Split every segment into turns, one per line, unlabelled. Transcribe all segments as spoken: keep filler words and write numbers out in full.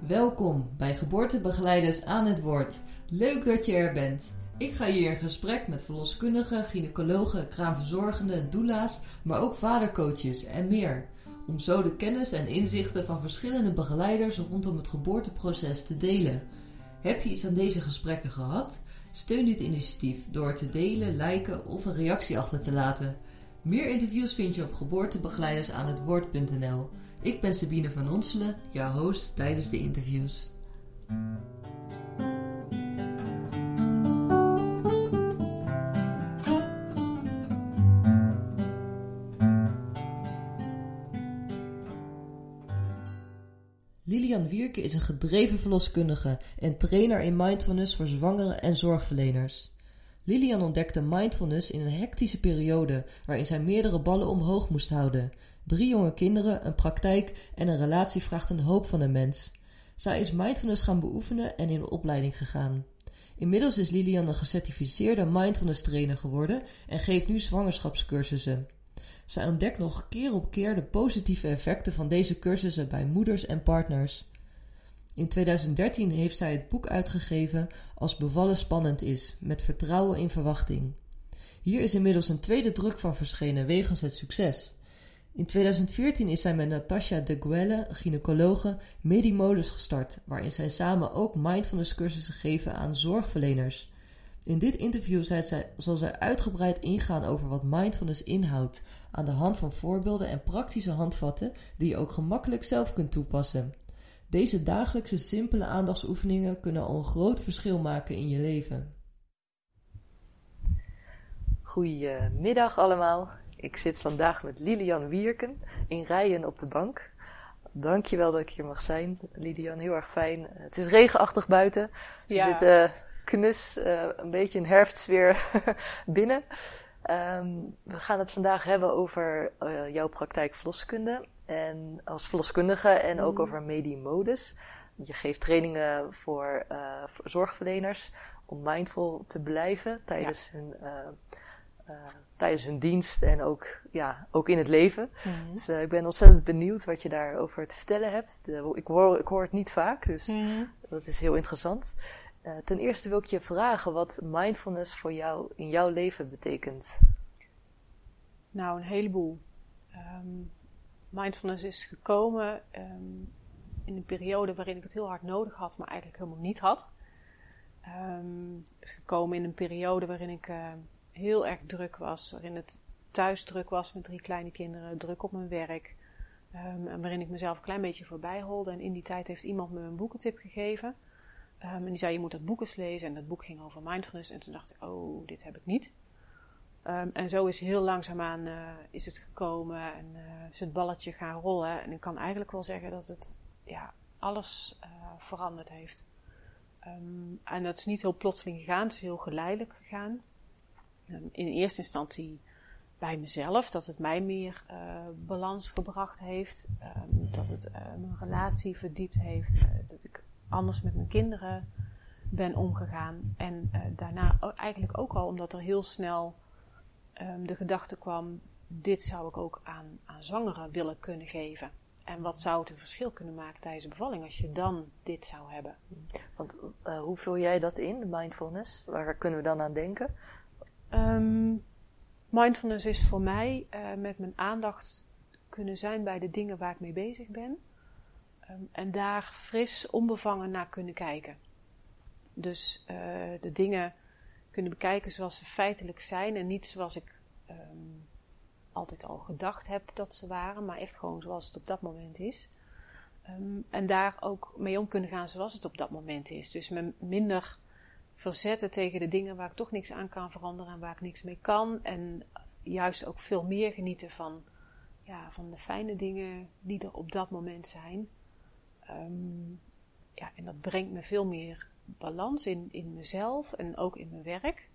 Welkom bij Geboortebegeleiders aan het woord. Leuk dat je er bent. Ik ga hier in gesprek met verloskundigen, gynaecologen, kraamverzorgenden, doula's, maar ook vadercoaches en meer. Om zo de kennis en inzichten van verschillende begeleiders rondom het geboorteproces te delen. Heb je iets aan deze gesprekken gehad? Steun dit initiatief door te delen, liken of een reactie achter te laten. Meer interviews vind je op geboortebegeleidersaanhetwoord punt n l. Ik ben Sabine van Onselen, jouw host tijdens de interviews. Lilian Wierke is een gedreven verloskundige en trainer in mindfulness voor zwangeren en zorgverleners. Lilian ontdekte mindfulness in een hectische periode waarin zij meerdere ballen omhoog moest houden. Drie jonge kinderen, een praktijk en een relatie vraagt een hoop van een mens. Zij is mindfulness gaan beoefenen en in opleiding gegaan. Inmiddels is Lilian een gecertificeerde mindfulness trainer geworden en geeft nu zwangerschapscursussen. Zij ontdekt nog keer op keer de positieve effecten van deze cursussen bij moeders en partners. In tweeduizend dertien heeft zij het boek uitgegeven Als bevallen spannend is, met vertrouwen in verwachting. Hier is inmiddels een tweede druk van verschenen wegens het succes. In tweeduizend veertien is zij met Natasha de Guelle, gynaecologe, Medimodus gestart, waarin zij samen ook mindfulness cursussen geven aan zorgverleners. In dit interview zij, zal zij uitgebreid ingaan over wat mindfulness inhoudt, aan de hand van voorbeelden en praktische handvatten die je ook gemakkelijk zelf kunt toepassen. Deze dagelijkse simpele aandachtsoefeningen kunnen al een groot verschil maken in je leven.
Goedemiddag allemaal. Ik zit vandaag met Lilian Wierken in Rijen op de bank. Dankjewel dat ik hier mag zijn, Lilian. Heel erg fijn. Het is regenachtig buiten. Dus ja. We zitten knus, uh, een beetje een herfstsfeer binnen. Um, we gaan het vandaag hebben over uh, jouw praktijk verloskunde. En als verloskundige en mm. ook over Medimodus. Je geeft trainingen voor, uh, voor zorgverleners om mindful te blijven tijdens, ja. hun, uh, uh, tijdens hun dienst en ook, ja, ook in het leven. Mm. Dus uh, ik ben ontzettend benieuwd wat je daarover te vertellen hebt. De, ik, hoor, ik hoor het niet vaak, dus mm. dat is heel interessant. Uh, ten eerste wil ik je vragen wat mindfulness voor jou in jouw leven betekent.
Nou, een heleboel. Um, mindfulness is gekomen um, in een periode waarin ik het heel hard nodig had, maar eigenlijk helemaal niet had. Um, het is gekomen in een periode waarin ik uh, heel erg druk was, waarin het thuis druk was met drie kleine kinderen, druk op mijn werk. Um, en waarin ik mezelf een klein beetje voorbij holde. En in die tijd heeft iemand me een boekentip gegeven. Um, en die zei, je moet dat boek eens lezen. En dat boek ging over mindfulness. En toen dacht ik, oh, dit heb ik niet. Um, en zo is heel langzaamaan uh, is het gekomen en uh, is het balletje gaan rollen. En ik kan eigenlijk wel zeggen dat het ja, alles uh, veranderd heeft. Um, en dat is niet heel plotseling gegaan, het is heel geleidelijk gegaan. Um, in eerste instantie bij mezelf, dat het mij meer uh, balans gebracht heeft. Um, dat het uh, mijn relatie verdiept heeft. Uh, dat ik anders met mijn kinderen ben omgegaan. En uh, daarna eigenlijk ook al omdat er heel snel um, de gedachte kwam, dit zou ik ook aan, aan zwangeren willen kunnen geven. En wat zou het een verschil kunnen maken tijdens de bevalling als je dan dit zou hebben?
Want uh, hoe vul jij dat in, de mindfulness? Waar kunnen we dan aan denken?
Um, mindfulness is voor mij uh, met mijn aandacht kunnen zijn bij de dingen waar ik mee bezig ben. Um, en daar fris, onbevangen naar kunnen kijken. Dus uh, de dingen kunnen bekijken zoals ze feitelijk zijn en niet zoals ik um, altijd al gedacht heb dat ze waren, maar echt gewoon zoals het op dat moment is. Um, en daar ook mee om kunnen gaan zoals het op dat moment is. Dus me minder verzetten tegen de dingen waar ik toch niks aan kan veranderen en waar ik niks mee kan. En juist ook veel meer genieten van, ja, van de fijne dingen die er op dat moment zijn. Um, ja, en dat brengt me veel meer balans in, in mezelf en ook in mijn werk.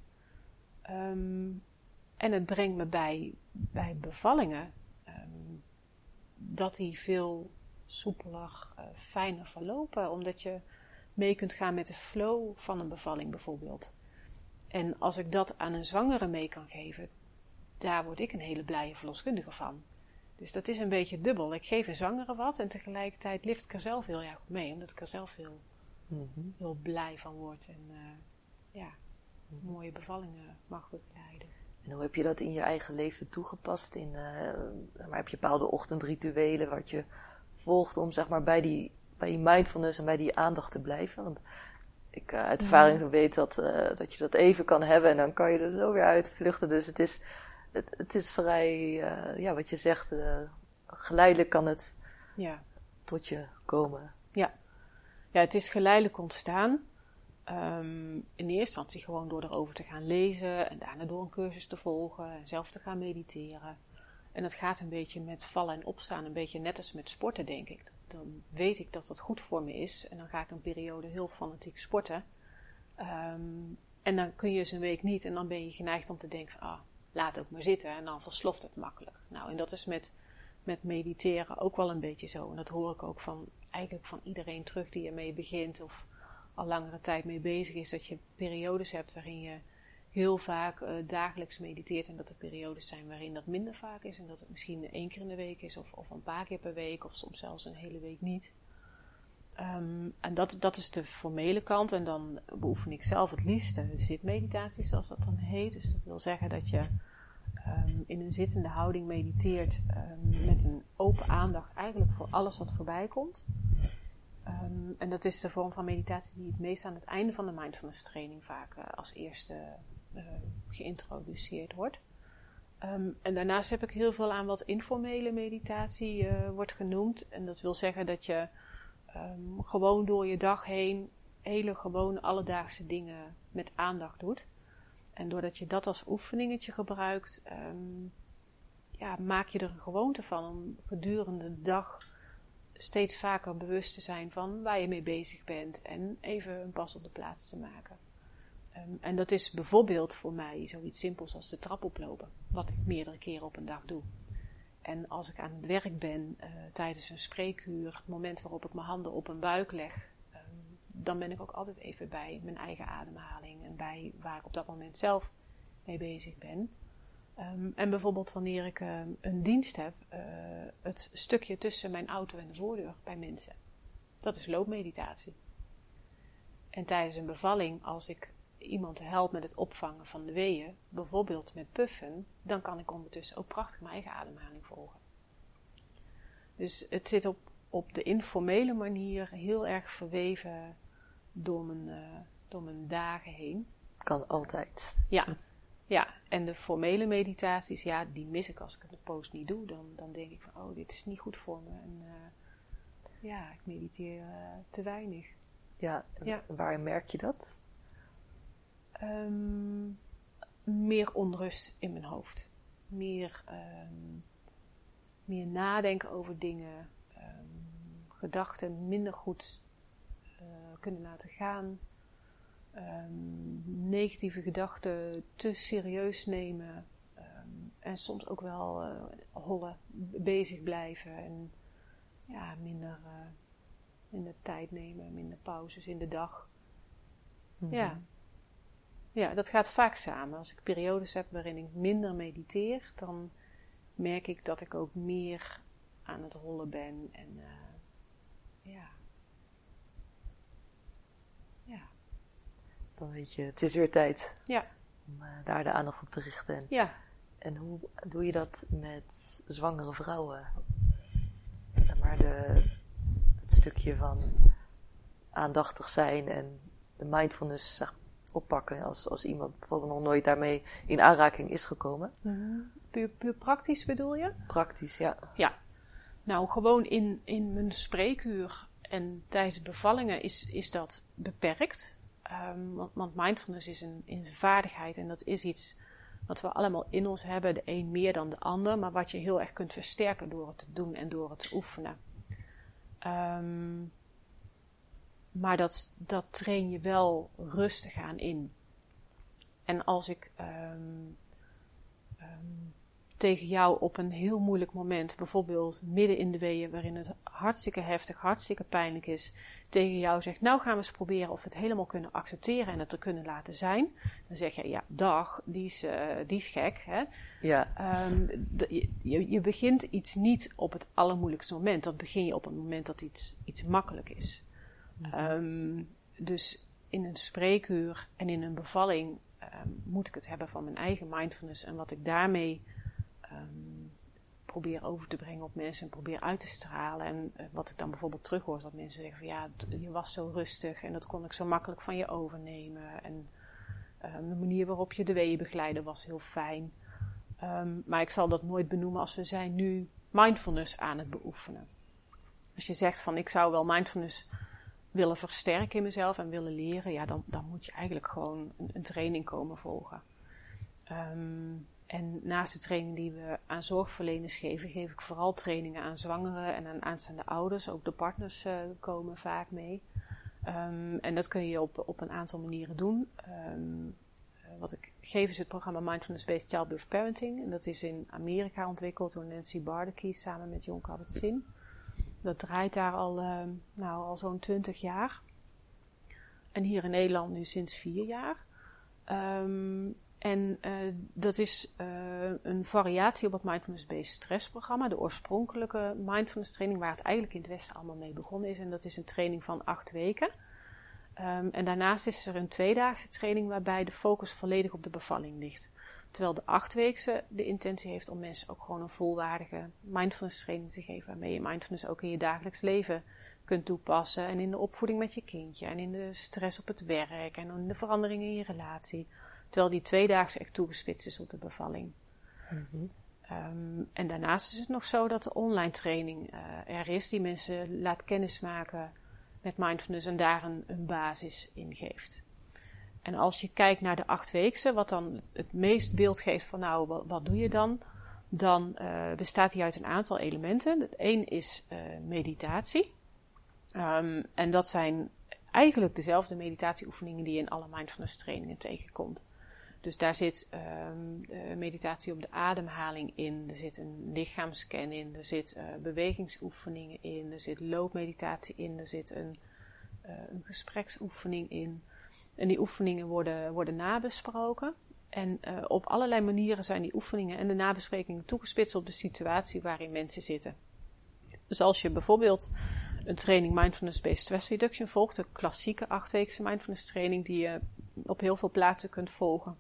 Um, en het brengt me bij, bij bevallingen um, dat die veel soepeler, uh, fijner verlopen. Omdat je mee kunt gaan met de flow van een bevalling bijvoorbeeld. En als ik dat aan een zwangere mee kan geven, daar word ik een hele blije verloskundige van. Dus dat is een beetje dubbel. Ik geef een zwangere wat en tegelijkertijd lift ik er zelf heel erg op mee. Omdat ik er zelf heel,
Mm-hmm.
heel blij van word. En uh, ja, mm-hmm. mooie bevallingen mag begeleiden.
En hoe heb je dat in je eigen leven toegepast? In, uh, maar heb je bepaalde ochtendrituelen wat je volgt om zeg maar bij die, bij die mindfulness en bij die aandacht te blijven? Want ik uh, uit ervaring ja. weet dat, uh, dat je dat even kan hebben en dan kan je er zo weer uitvluchten. Dus het is, het, het is vrij, uh, ja wat je zegt, uh, geleidelijk kan het
ja.
tot je komen.
Ja. ja, het is geleidelijk ontstaan. Um, in eerste instantie gewoon door erover te gaan lezen en daarna door een cursus te volgen en zelf te gaan mediteren. En het gaat een beetje met vallen en opstaan, een beetje net als met sporten, denk ik. Dan weet ik dat dat goed voor me is en dan ga ik een periode heel fanatiek sporten. Um, en dan kun je eens een week niet en dan ben je geneigd om te denken van, ah, laat ook maar zitten en dan versloft het makkelijk. Nou, en dat is met, met mediteren ook wel een beetje zo. En dat hoor ik ook van, eigenlijk van iedereen terug die ermee begint of al langere tijd mee bezig is, dat je periodes hebt waarin je heel vaak uh, dagelijks mediteert en dat er periodes zijn waarin dat minder vaak is en dat het misschien één keer in de week is of, of een paar keer per week of soms zelfs een hele week niet. Um, en dat, dat is de formele kant en dan beoefen ik zelf het liefst de zitmeditatie zoals dat dan heet. Dus dat wil zeggen dat je um, in een zittende houding mediteert um, met een open aandacht eigenlijk voor alles wat voorbij komt. Um, en dat is de vorm van meditatie die het meest aan het einde van de mindfulness training vaak uh, als eerste uh, geïntroduceerd wordt. Um, en daarnaast heb ik heel veel aan wat informele meditatie uh, wordt genoemd. En dat wil zeggen dat je um, gewoon door je dag heen hele gewone alledaagse dingen met aandacht doet. En doordat je dat als oefeningetje gebruikt, um, ja, maak je er een gewoonte van om gedurende de dag steeds vaker bewust te zijn van waar je mee bezig bent en even een pas op de plaats te maken. Um, en dat is bijvoorbeeld voor mij zoiets simpels als de trap oplopen, wat ik meerdere keren op een dag doe. En als ik aan het werk ben, uh, tijdens een spreekuur, het moment waarop ik mijn handen op een buik leg, um, dan ben ik ook altijd even bij mijn eigen ademhaling en bij waar ik op dat moment zelf mee bezig ben. Um, en bijvoorbeeld wanneer ik uh, een dienst heb, uh, het stukje tussen mijn auto en de voordeur bij mensen. Dat is loopmeditatie. En tijdens een bevalling, als ik iemand help met het opvangen van de weeën, bijvoorbeeld met puffen, dan kan ik ondertussen ook prachtig mijn eigen ademhaling volgen. Dus het zit op, op de informele manier heel erg verweven door mijn, uh, door mijn dagen heen.
Kan altijd.
Ja. Ja, en de formele meditaties, ja, die mis ik als ik de post niet doe. Dan, dan denk ik van, oh, dit is niet goed voor me. En uh, ja, ik mediteer uh, te weinig.
Ja, ja, waar merk je dat?
Um, meer onrust in mijn hoofd. Meer, um, meer nadenken over dingen. Um, gedachten minder goed uh, kunnen laten gaan. Um, negatieve gedachten te serieus nemen um, en soms ook wel uh, hollen, bezig blijven en ja, minder, uh, minder tijd nemen, minder pauzes in de dag. Mm-hmm. Ja. ja, dat gaat vaak samen. Als ik periodes heb waarin ik minder mediteer, dan merk ik dat ik ook meer aan het rollen ben en uh, ja. Ja.
Dan weet je, het is weer tijd
ja.
om uh, daar de aandacht op te richten. En,
ja.
en hoe doe je dat met zwangere vrouwen? Maar de, het stukje van aandachtig zijn en de mindfulness zeg, oppakken als, als iemand bijvoorbeeld nog nooit daarmee in aanraking is gekomen.
Mm-hmm. Puur, puur praktisch bedoel je?
Praktisch, ja.
Ja. Nou, gewoon in, in mijn spreekuur en tijdens bevallingen is, is dat beperkt. Um, want, want mindfulness is een, een vaardigheid en dat is iets wat we allemaal in ons hebben, de een meer dan de ander, maar wat je heel erg kunt versterken door het te doen en door het te oefenen. Um, maar dat, dat train je wel rustig aan in. En als ik um, um, tegen jou op een heel moeilijk moment, bijvoorbeeld midden in de weeën waarin het hartstikke heftig, hartstikke pijnlijk is, tegen jou zegt, nou gaan we eens proberen of we het helemaal kunnen accepteren en het er kunnen laten zijn. Dan zeg je, ja, dag, die is, uh, die is gek. Hè?
Ja.
Um, de, je, je begint iets niet op het allermoeilijkste moment. Dat begin je op het moment dat iets, iets makkelijk is. Mm-hmm. Um, dus in een spreekuur en in een bevalling um, moet ik het hebben van mijn eigen mindfulness en wat ik daarmee um, probeer over te brengen op mensen en probeer uit te stralen. En uh, wat ik dan bijvoorbeeld terughoor is dat mensen zeggen van ja, je was zo rustig en dat kon ik zo makkelijk van je overnemen. En uh, de manier waarop je de weeën begeleidde was heel fijn. Um, maar ik zal dat nooit benoemen als we zijn nu mindfulness aan het beoefenen. Als je zegt van ik zou wel mindfulness willen versterken in mezelf en willen leren, ja, dan, dan moet je eigenlijk gewoon een, een training komen volgen. Um, en naast de training die we aan zorgverleners geven, geef ik vooral trainingen aan zwangeren en aan aanstaande ouders. Ook de partners uh, komen vaak mee. Um, en dat kun je op, op een aantal manieren doen. Um, uh, wat ik geef is het programma Mindfulness-Based Childbirth Parenting. En dat is in Amerika ontwikkeld door Nancy Bardacke samen met Jon Kabat-Zinn. Dat draait daar al, uh, nou, al zo'n twintig jaar. En hier in Nederland nu sinds vier jaar. Um, en uh, dat is uh, een variatie op het Mindfulness-Based Stress-programma. De oorspronkelijke mindfulness training waar het eigenlijk in het Westen allemaal mee begonnen is. En dat is een training van acht weken. Um, en daarnaast is er een tweedaagse training waarbij de focus volledig op de bevalling ligt. Terwijl de achtweekse de intentie heeft om mensen ook gewoon een volwaardige mindfulness training te geven. Waarmee je mindfulness ook in je dagelijks leven kunt toepassen. En in de opvoeding met je kindje. En in de stress op het werk. En in de veranderingen in je relatie. Terwijl die tweedaagse echt toegespitst is op de bevalling. Mm-hmm. Um, en daarnaast is het nog zo dat de online training uh, er is. Die mensen laat kennismaken met mindfulness en daar een, een basis in geeft. En als je kijkt naar de achtweekse, wat dan het meest beeld geeft van nou, wat, wat doe je dan? Dan uh, bestaat die uit een aantal elementen. Het een is uh, meditatie. Um, en dat zijn eigenlijk dezelfde meditatieoefeningen die je in alle mindfulness trainingen tegenkomt. Dus daar zit um, uh, meditatie op de ademhaling in, er zit een lichaamsscan in, er zit uh, bewegingsoefeningen in, er zit loopmeditatie in, er zit een, uh, een gespreksoefening in. En die oefeningen worden, worden nabesproken. En uh, op allerlei manieren zijn die oefeningen en de nabesprekingen toegespitst op de situatie waarin mensen zitten. Dus als je bijvoorbeeld een training Mindfulness-Based Stress Reduction volgt, de klassieke achtweekse mindfulness training die je op heel veel plaatsen kunt volgen.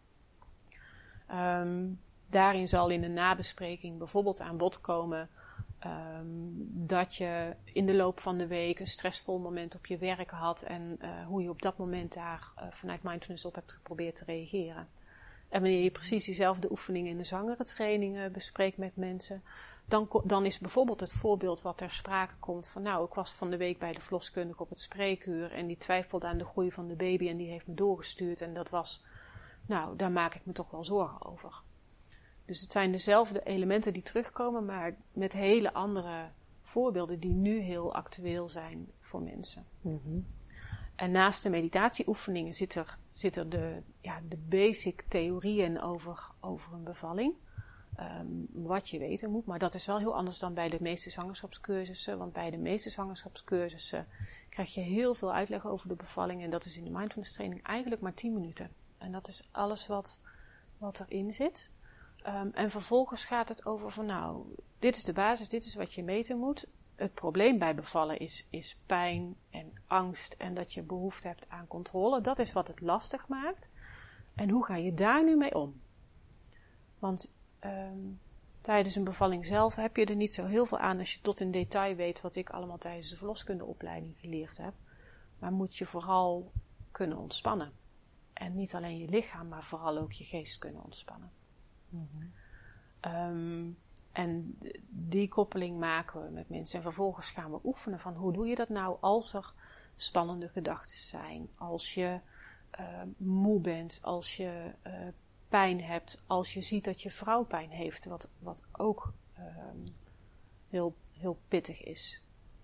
Um, daarin zal in de nabespreking bijvoorbeeld aan bod komen um, dat je in de loop van de week een stressvol moment op je werk had en uh, hoe je op dat moment daar uh, vanuit mindfulness op hebt geprobeerd te reageren. En wanneer je precies diezelfde oefeningen in de zwangerentrainingen bespreekt met mensen, dan, dan is bijvoorbeeld het voorbeeld wat ter sprake komt van nou, ik was van de week bij de verloskundige op het spreekuur en die twijfelde aan de groei van de baby en die heeft me doorgestuurd en dat was, nou, daar maak ik me toch wel zorgen over. Dus het zijn dezelfde elementen die terugkomen, maar met hele andere voorbeelden die nu heel actueel zijn voor mensen. Mm-hmm. En naast de meditatieoefeningen zit er, zit er de, ja, de basic theorieën over, over een bevalling. Um, wat je weten moet, maar dat is wel heel anders dan bij de meeste zwangerschapscursussen. Want bij de meeste zwangerschapscursussen krijg je heel veel uitleg over de bevalling. En dat is in de mindfulness training eigenlijk maar tien minuten. En dat is alles wat, wat erin zit. Um, en vervolgens gaat het over van nou, dit is de basis, dit is wat je meten moet. Het probleem bij bevallen is, is pijn en angst en dat je behoefte hebt aan controle. Dat is wat het lastig maakt. En hoe ga je daar nu mee om? Want um, tijdens een bevalling zelf heb je er niet zo heel veel aan als je tot in detail weet wat ik allemaal tijdens de verloskundeopleiding geleerd heb. Maar moet je vooral kunnen ontspannen. En niet alleen je lichaam, maar vooral ook je geest kunnen ontspannen. Mm-hmm. Um, en die koppeling maken we met mensen. En vervolgens gaan we oefenen van hoe doe je dat nou als er spannende gedachten zijn. Als je uh, moe bent, als je uh, pijn hebt, als je ziet dat je vrouw pijn heeft. Wat, wat ook um, heel, heel pittig is.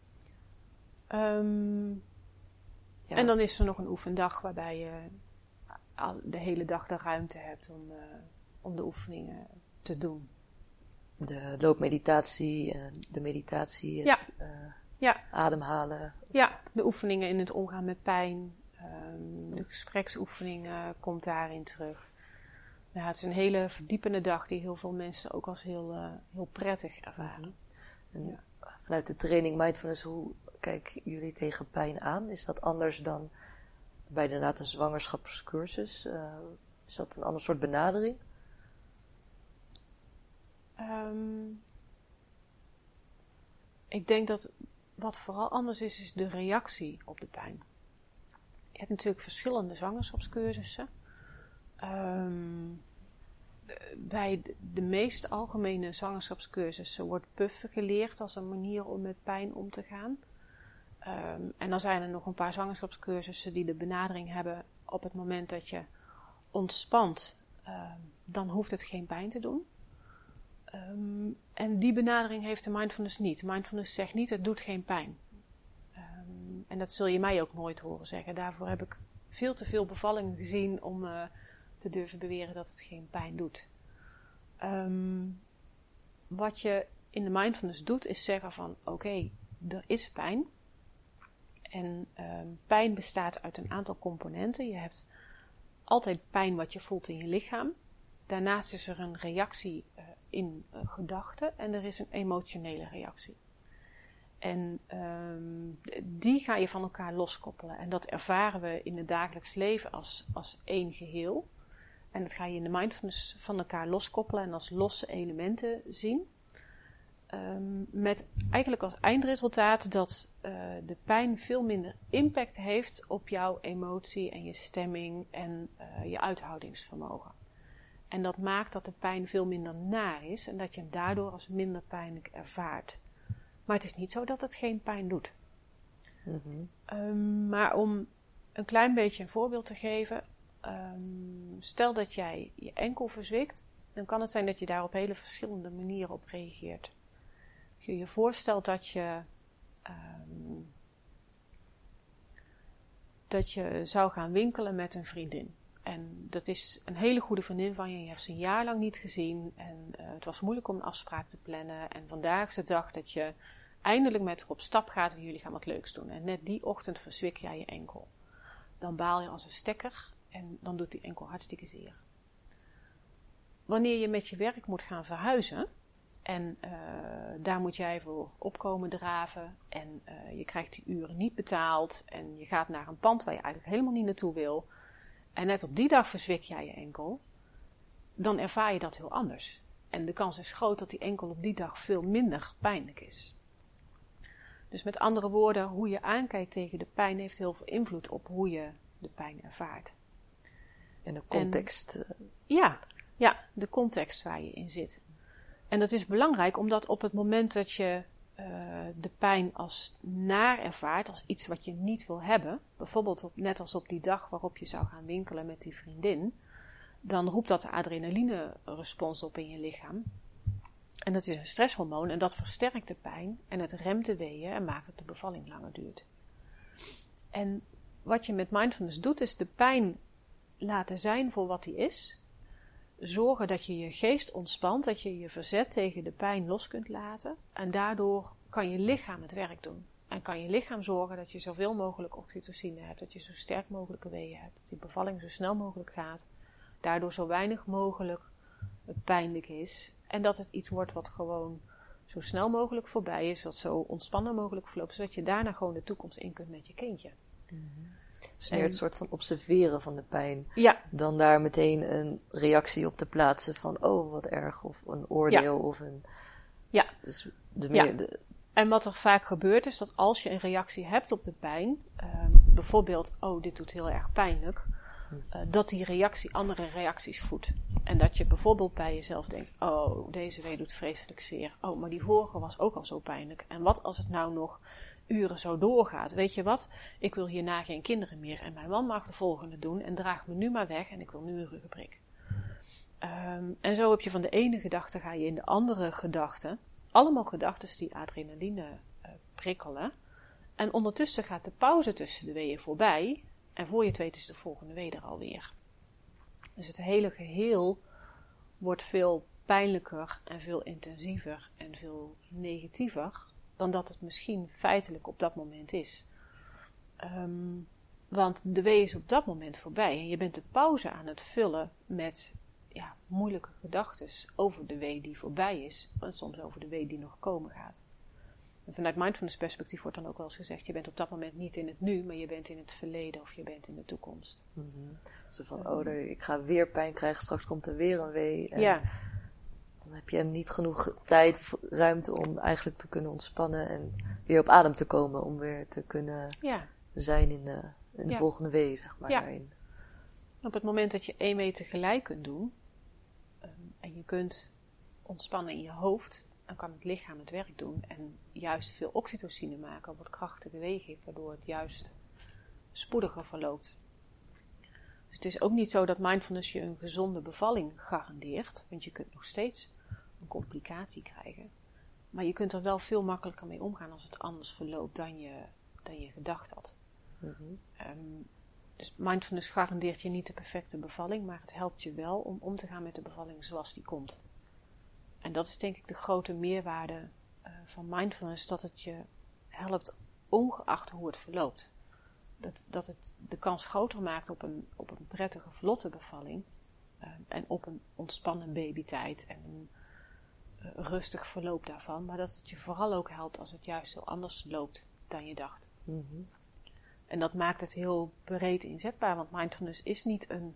Um, ja. En dan is er nog een oefendag waarbij je de hele dag de ruimte hebt om, uh, om de oefeningen te doen.
De loopmeditatie, de meditatie, het ja. uh,
Ja.
Ademhalen.
Ja, de oefeningen in het omgaan met pijn. Um, de gespreksoefeningen komt daarin terug. Ja, het is een hele verdiepende dag die heel veel mensen ook als heel, uh, heel prettig ervaren.
En
ja.
Vanuit de training Mindfulness, hoe kijken jullie tegen pijn aan? Is dat anders dan bij inderdaad een zwangerschapscursus? Uh, is dat een ander soort benadering?
Um, ik denk dat wat vooral anders is, is de reactie op de pijn. Je hebt natuurlijk verschillende zwangerschapscursussen. Um, bij de, de meest algemene zwangerschapscursussen wordt puffen geleerd als een manier om met pijn om te gaan. Um, en dan zijn er nog een paar zwangerschapscursussen die de benadering hebben op het moment dat je ontspant, um, dan hoeft het geen pijn te doen. Um, en die benadering heeft de mindfulness niet. Mindfulness zegt niet, het doet geen pijn. Um, en dat zul je mij ook nooit horen zeggen. Daarvoor heb ik veel te veel bevallingen gezien om uh, te durven beweren dat het geen pijn doet. Um, wat je in de mindfulness doet, is zeggen van, oké, okay, er is pijn. En um, pijn bestaat uit een aantal componenten. Je hebt altijd pijn wat je voelt in je lichaam. Daarnaast is er een reactie uh, in uh, gedachten en er is een emotionele reactie. En um, die ga je van elkaar loskoppelen. En dat ervaren we in het dagelijks leven als, als één geheel. En dat ga je in de mindfulness van elkaar loskoppelen en als losse elementen zien. Um, met eigenlijk als eindresultaat dat uh, de pijn veel minder impact heeft op jouw emotie en je stemming en uh, je uithoudingsvermogen. En dat maakt dat de pijn veel minder naar is en dat je hem daardoor als minder pijnlijk ervaart. Maar het is niet zo dat het geen pijn doet.
Mm-hmm.
Um, maar om een klein beetje een voorbeeld te geven. Um, stel dat jij je enkel verzwikt, dan kan het zijn dat je daar op hele verschillende manieren op reageert. Als je je voorstelt dat je, um, dat je zou gaan winkelen met een vriendin. En dat is een hele goede vriendin van je. Je hebt ze een jaar lang niet gezien. En uh, het was moeilijk om een afspraak te plannen. En vandaag is de dag dat je eindelijk met haar op stap gaat en jullie gaan wat leuks doen. En net die ochtend verzwik jij je enkel. Dan baal je als een stekker en dan doet die enkel hartstikke zeer. Wanneer je met je werk moet gaan verhuizen en uh, daar moet jij voor opkomen draven en uh, je krijgt die uren niet betaald en je gaat naar een pand waar je eigenlijk helemaal niet naartoe wil en net op die dag verzwik jij je enkel, dan ervaar je dat heel anders. En de kans is groot dat die enkel op die dag veel minder pijnlijk is. Dus met andere woorden, hoe je aankijkt tegen de pijn heeft heel veel invloed op hoe je de pijn ervaart.
En de context.
En, ja, ja, de context waar je in zit. En dat is belangrijk omdat op het moment dat je uh, de pijn als naar ervaart, als iets wat je niet wil hebben, bijvoorbeeld op, net als op die dag waarop je zou gaan winkelen met die vriendin, dan roept dat de adrenaline-respons op in je lichaam. En dat is een stresshormoon en dat versterkt de pijn en het remt de weeën en maakt dat de bevalling langer duurt. En wat je met mindfulness doet is de pijn laten zijn voor wat die is. Zorgen dat je je geest ontspant, dat je je verzet tegen de pijn los kunt laten. En daardoor kan je lichaam het werk doen. En kan je lichaam zorgen dat je zoveel mogelijk oxytocine hebt, dat je zo sterk mogelijke weeën hebt, dat die bevalling zo snel mogelijk gaat. Daardoor zo weinig mogelijk pijnlijk is. En dat het iets wordt wat gewoon zo snel mogelijk voorbij is, wat zo ontspannen mogelijk verloopt, zodat je daarna gewoon de toekomst in kunt met je kindje.
Mm-hmm. Dus meer het soort van observeren van de pijn.
Ja.
Dan daar meteen een reactie op te plaatsen van, oh wat erg, of een oordeel, ja. of een...
Ja.
Dus de meer...
Ja.
De...
En wat er vaak gebeurt is dat als je een reactie hebt op de pijn, uh, bijvoorbeeld, oh dit doet heel erg pijnlijk, uh, dat die reactie andere reacties voedt. En dat je bijvoorbeeld bij jezelf denkt, oh deze wee doet vreselijk zeer, oh maar die vorige was ook al zo pijnlijk. En wat als het nou nog uren zo doorgaat? Weet je wat, ik wil hierna geen kinderen meer en mijn man mag de volgende doen en draag me nu maar weg en ik wil nu een ruggenprik. Um, en zo heb je van de ene gedachte ga je in de andere gedachte. Allemaal gedachten die adrenaline uh, prikkelen. En ondertussen gaat de pauze tussen de weeën voorbij. En voor je het weet is de volgende wee er alweer. Dus het hele geheel wordt veel pijnlijker en veel intensiever en veel negatiever. dan dat het misschien feitelijk op dat moment is. Um, want de wee is op dat moment voorbij en je bent de pauze aan het vullen met ja, moeilijke gedachten over de wee die voorbij is en soms over de wee die nog komen gaat. En vanuit mindfulness perspectief wordt dan ook wel eens gezegd, je bent op dat moment niet in het nu, maar je bent in het verleden of je bent in de toekomst.
Mm-hmm. Zo van, oh, ik ga weer pijn krijgen, straks komt er weer een wee. En
ja.
Dan heb je niet genoeg tijd of ruimte om eigenlijk te kunnen ontspannen en weer op adem te komen, om weer te kunnen
ja.
zijn in de, in de
ja.
volgende wee, zeg maar.
Ja.
Daarin.
Op het moment dat je één wee tegelijk kunt doen, um, en je kunt ontspannen in je hoofd, dan kan het lichaam het werk doen en juist veel oxytocine maken, wat krachtige wee geeft, waardoor het juist spoediger verloopt. Dus het is ook niet zo dat mindfulness je een gezonde bevalling garandeert, want je kunt nog steeds een complicatie krijgen. Maar je kunt er wel veel makkelijker mee omgaan als het anders verloopt dan je, dan je gedacht had.
Mm-hmm.
Um, dus mindfulness garandeert je niet de perfecte bevalling, maar het helpt je wel om om te gaan met de bevalling zoals die komt. En dat is denk ik de grote meerwaarde uh, van mindfulness, dat het je helpt ongeacht hoe het verloopt. Dat, dat het de kans groter maakt op een, op een prettige, vlotte bevalling. Uh, en op een ontspannen babytijd en een uh, rustig verloop daarvan. Maar dat het je vooral ook helpt als het juist heel anders loopt dan je dacht.
Mm-hmm.
En dat maakt het heel breed inzetbaar, want mindfulness is niet een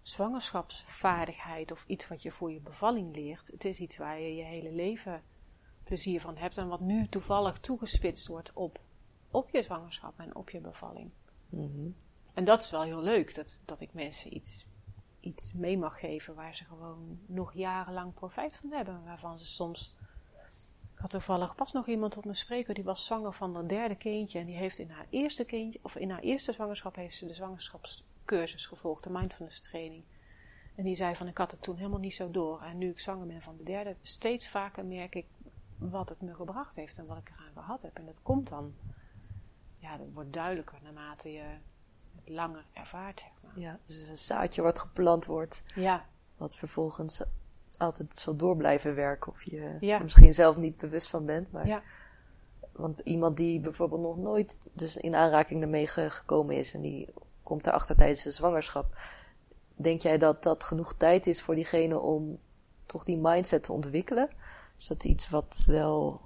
zwangerschapsvaardigheid of iets wat je voor je bevalling leert. Het is iets waar je je hele leven plezier van hebt en wat nu toevallig toegespitst wordt op, op je zwangerschap en op je bevalling.
Mm-hmm.
En dat is wel heel leuk, dat, dat ik mensen iets, iets mee mag geven waar ze gewoon nog jarenlang profijt van hebben. Waarvan ze soms... Ik had toevallig pas nog iemand op me spreken, die was zwanger van haar derde kindje. En die heeft in haar eerste kindje, of in haar eerste zwangerschap, heeft ze de zwangerschapscursus gevolgd, de mindfulness training. En die zei van, ik had het toen helemaal niet zo door. En nu ik zwanger ben van de derde, steeds vaker merk ik wat het me gebracht heeft en wat ik eraan gehad heb. En dat komt dan, ja, dat wordt duidelijker naarmate je het langer ervaart, zeg maar.
Ja, dus een zaadje wat geplant wordt,
Ja.
wat vervolgens altijd zal door blijven werken, of je
Ja.
er misschien zelf niet bewust van bent. Maar,
Ja.
Want iemand die bijvoorbeeld nog nooit dus in aanraking ermee ge- gekomen is en die komt daarachter tijdens de zwangerschap, denk jij dat dat genoeg tijd is voor diegene om toch die mindset te ontwikkelen? Is dat iets wat wel,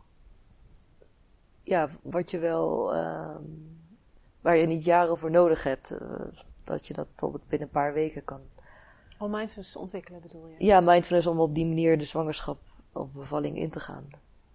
ja, wat je wel, uh, waar je niet jaren voor nodig hebt, uh, dat je dat bijvoorbeeld binnen een paar weken kan?
Om mindfulness te ontwikkelen bedoel je?
Ja, mindfulness om op die manier de zwangerschap of bevalling in te gaan.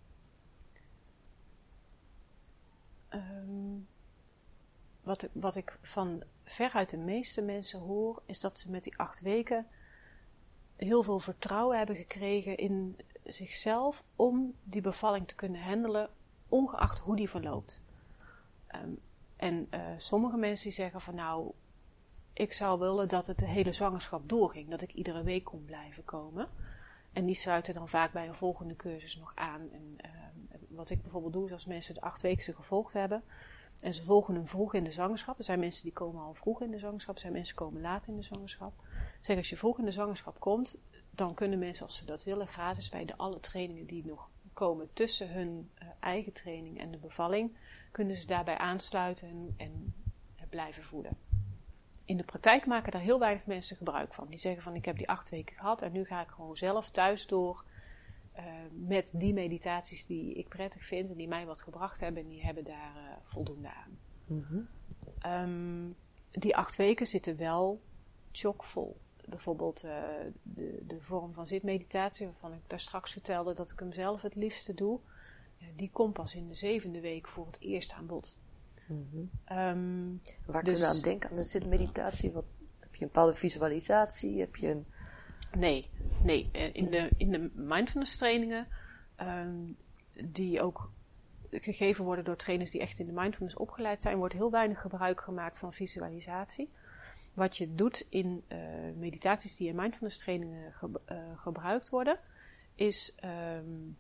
Um, wat, ik, wat ik van veruit de meeste mensen hoor, is dat ze met die acht weken heel veel vertrouwen hebben gekregen in zichzelf om die bevalling te kunnen handelen, ongeacht hoe die verloopt. Um, en uh, sommige mensen die zeggen van nou, ik zou willen dat het de hele zwangerschap doorging, dat ik iedere week kon blijven komen. En die sluiten dan vaak bij een volgende cursus nog aan. En uh, wat ik bijvoorbeeld doe, is als mensen de acht weken gevolgd hebben en ze volgen hem vroeg in de zwangerschap. Er zijn mensen die komen al vroeg in de zwangerschap, er zijn mensen die komen laat in de zwangerschap. Zeg, als je vroeg in de zwangerschap komt, dan kunnen mensen, als ze dat willen, gratis bij de alle trainingen die nog komen tussen hun uh, eigen training en de bevalling, kunnen ze daarbij aansluiten en, en uh, blijven voeden. In de praktijk maken daar heel weinig mensen gebruik van. Die zeggen van, ik heb die acht weken gehad en nu ga ik gewoon zelf thuis door uh, met die meditaties die ik prettig vind en die mij wat gebracht hebben en die hebben daar uh, voldoende aan.
Mm-hmm.
Um, die acht weken zitten wel chockvol. Bijvoorbeeld uh, de, de vorm van zitmeditatie, waarvan ik daar straks vertelde dat ik hem zelf het liefste doe. Uh, die komt pas in de zevende week voor het eerst aan bod.
Mm-hmm.
Um,
Waar
dus,
kun je aan denken aan de zitmeditatie? Wat, heb je een bepaalde visualisatie? Heb je een...
Nee, nee. In de, in de mindfulness trainingen, um, die ook gegeven worden door trainers die echt in de mindfulness opgeleid zijn, wordt heel weinig gebruik gemaakt van visualisatie. Wat je doet in uh, meditaties die in mindfulness trainingen ge, uh, gebruikt worden, is um,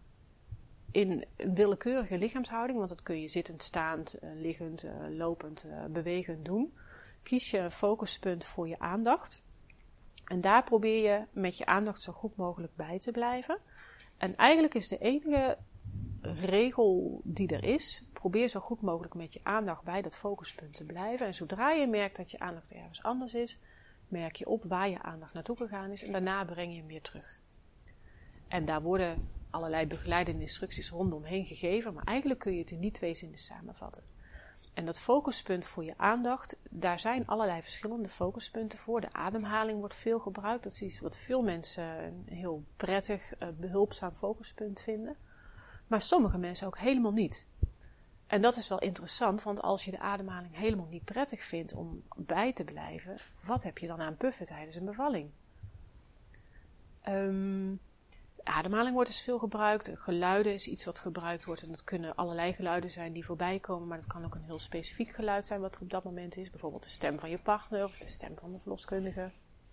in een willekeurige lichaamshouding, want dat kun je zittend, staand, uh, liggend, uh, lopend, uh, bewegend doen. Kies je een focuspunt voor je aandacht. En daar probeer je met je aandacht zo goed mogelijk bij te blijven. En eigenlijk is de enige regel die er is. Probeer zo goed mogelijk met je aandacht bij dat focuspunt te blijven. En zodra je merkt dat je aandacht ergens anders is, merk je op waar je aandacht naartoe gegaan is. En daarna breng je hem weer terug. En daar worden allerlei begeleidende instructies rondomheen gegeven. Maar eigenlijk kun je het in die twee zinnen samenvatten. En dat focuspunt voor je aandacht, daar zijn allerlei verschillende focuspunten voor. De ademhaling wordt veel gebruikt. Dat is iets wat veel mensen een heel prettig, uh, behulpzaam focuspunt vinden. Maar sommige mensen ook helemaal niet. En dat is wel interessant, want als je de ademhaling helemaal niet prettig vindt om bij te blijven, wat heb je dan aan puffen tijdens een bevalling? Um, Ademhaling wordt dus veel gebruikt. Geluiden is iets wat gebruikt wordt. En dat kunnen allerlei geluiden zijn die voorbij komen. Maar dat kan ook een heel specifiek geluid zijn wat er op dat moment is. Bijvoorbeeld de stem van je partner of de stem van de verloskundige.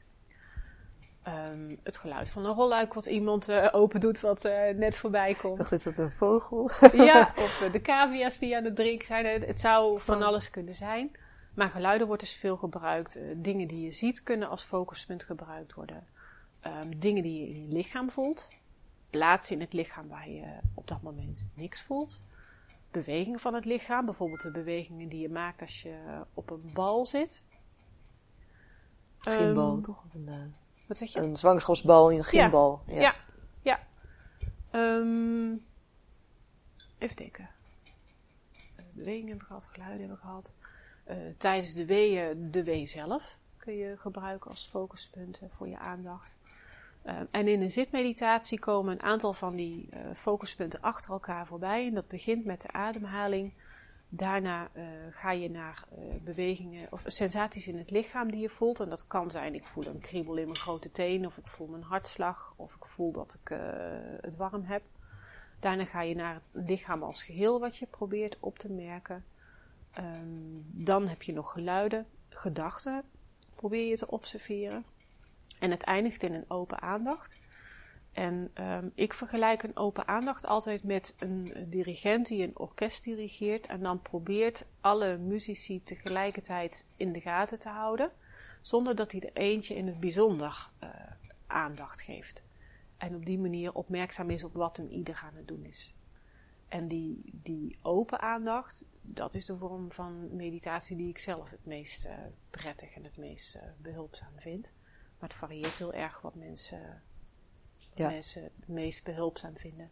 Um, het geluid van een rolluik wat iemand uh, open doet wat uh, net voorbij komt.
Dacht, is dat een vogel?
Ja, of uh, de cavia's die aan het drinken zijn. Het zou van alles kunnen zijn. Maar geluiden wordt dus veel gebruikt. Uh, dingen die je ziet kunnen als focuspunt gebruikt worden. Um, dingen die je in je lichaam voelt. Plaatsen in het lichaam waar je op dat moment niks voelt. Bewegingen van het lichaam, bijvoorbeeld de bewegingen die je maakt als je op een bal zit.
Gymbal,
um,
toch? Of een, uh,
wat zeg je?
Een zwangerschapsbal in een gymbal.
Ja, ja, ja. ja. Um, even denken. Bewegingen hebben we gehad, geluiden hebben we gehad. Uh, tijdens de weeën, de wee zelf kun je gebruiken als focuspunten voor je aandacht. Uh, en in een zitmeditatie komen een aantal van die uh, focuspunten achter elkaar voorbij. En dat begint met de ademhaling. Daarna uh, ga je naar uh, bewegingen of sensaties in het lichaam die je voelt. En dat kan zijn, ik voel een kriebel in mijn grote teen, of ik voel mijn hartslag, of ik voel dat ik uh, het warm heb. Daarna ga je naar het lichaam als geheel wat je probeert op te merken. Um, dan heb je nog geluiden, gedachten, probeer je te observeren. En het eindigt in een open aandacht. En um, ik vergelijk een open aandacht altijd met een dirigent die een orkest dirigeert. En dan probeert alle muzici tegelijkertijd in de gaten te houden. Zonder dat hij er eentje in het bijzonder uh, aandacht geeft. En op die manier opmerkzaam is op wat een ieder aan het doen is. En die, die open aandacht, dat is de vorm van meditatie die ik zelf het meest uh, prettig en het meest uh, behulpzaam vind. Maar het varieert heel erg wat mensen, ja. mensen het meest behulpzaam vinden.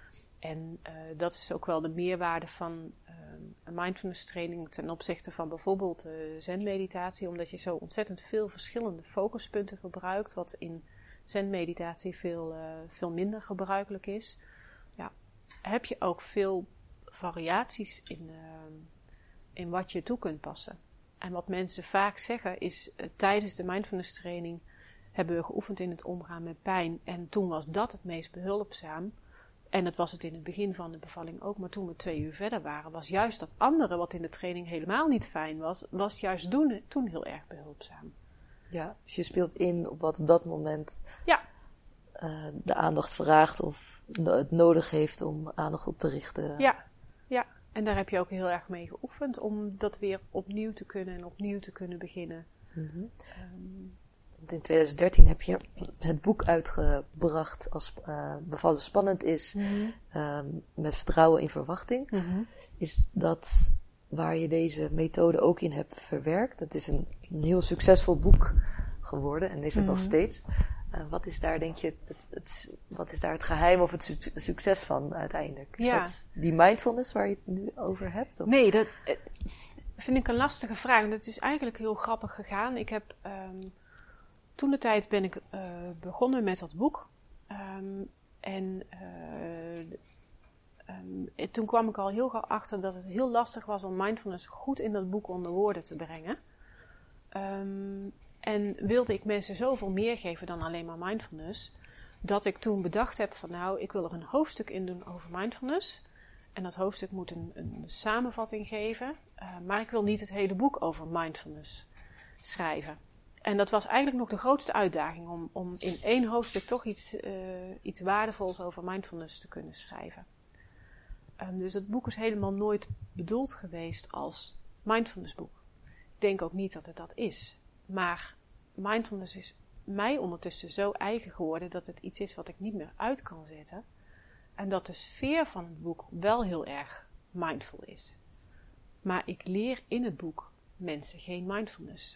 En uh, dat is ook wel de meerwaarde van uh, een mindfulness training ten opzichte van bijvoorbeeld uh, zen-meditatie. Omdat je zo ontzettend veel verschillende focuspunten gebruikt. Wat in zen-meditatie veel, uh, veel minder gebruikelijk is. Ja, heb je ook veel variaties in, uh, in wat je toe kunt passen. En wat mensen vaak zeggen is uh, tijdens de mindfulness training hebben we geoefend in het omgaan met pijn. En toen was dat het meest behulpzaam. En dat was het in het begin van de bevalling ook. Maar toen we twee uur verder waren, was juist dat andere wat in de training helemaal niet fijn was, was juist toen, toen heel erg behulpzaam.
Ja, dus je speelt in op wat op dat moment
ja.
uh, de aandacht vraagt of het nodig heeft om aandacht op te richten.
Ja, ja. En daar heb je ook heel erg mee geoefend om dat weer opnieuw te kunnen en opnieuw te kunnen beginnen.
Mm-hmm. Um, In twintig dertien heb je het boek uitgebracht als uh, bevallen spannend is, mm-hmm. um, met vertrouwen in verwachting. Mm-hmm. Is dat waar je deze methode ook in hebt verwerkt? Dat is een, een heel succesvol boek geworden en is het mm-hmm. nog steeds. Uh, wat is daar, denk je, het, het, wat is daar het geheim of het su- succes van uiteindelijk? Is
ja.
dat die mindfulness waar je het nu over hebt? Of?
Nee, dat uh, vind ik een lastige vraag. Dat is eigenlijk heel grappig gegaan. Ik heb... Um, Toen de tijd ben ik uh, begonnen met dat boek. Um, en uh, um, toen kwam ik al heel gauw achter dat het heel lastig was om mindfulness goed in dat boek onder woorden te brengen. Um, en wilde ik mensen zoveel meer geven dan alleen maar mindfulness, dat ik toen bedacht heb van nou, ik wil er een hoofdstuk in doen over mindfulness. En dat hoofdstuk moet een, een samenvatting geven. Uh, maar ik wil niet het hele boek over mindfulness schrijven. En dat was eigenlijk nog de grootste uitdaging om, om in één hoofdstuk toch iets, uh, iets waardevols over mindfulness te kunnen schrijven. Um, dus het boek is helemaal nooit bedoeld geweest als mindfulnessboek. Ik denk ook niet dat het dat is. Maar mindfulness is mij ondertussen zo eigen geworden dat het iets is wat ik niet meer uit kan zetten. En dat de sfeer van het boek wel heel erg mindful is. Maar ik leer in het boek mensen geen mindfulness.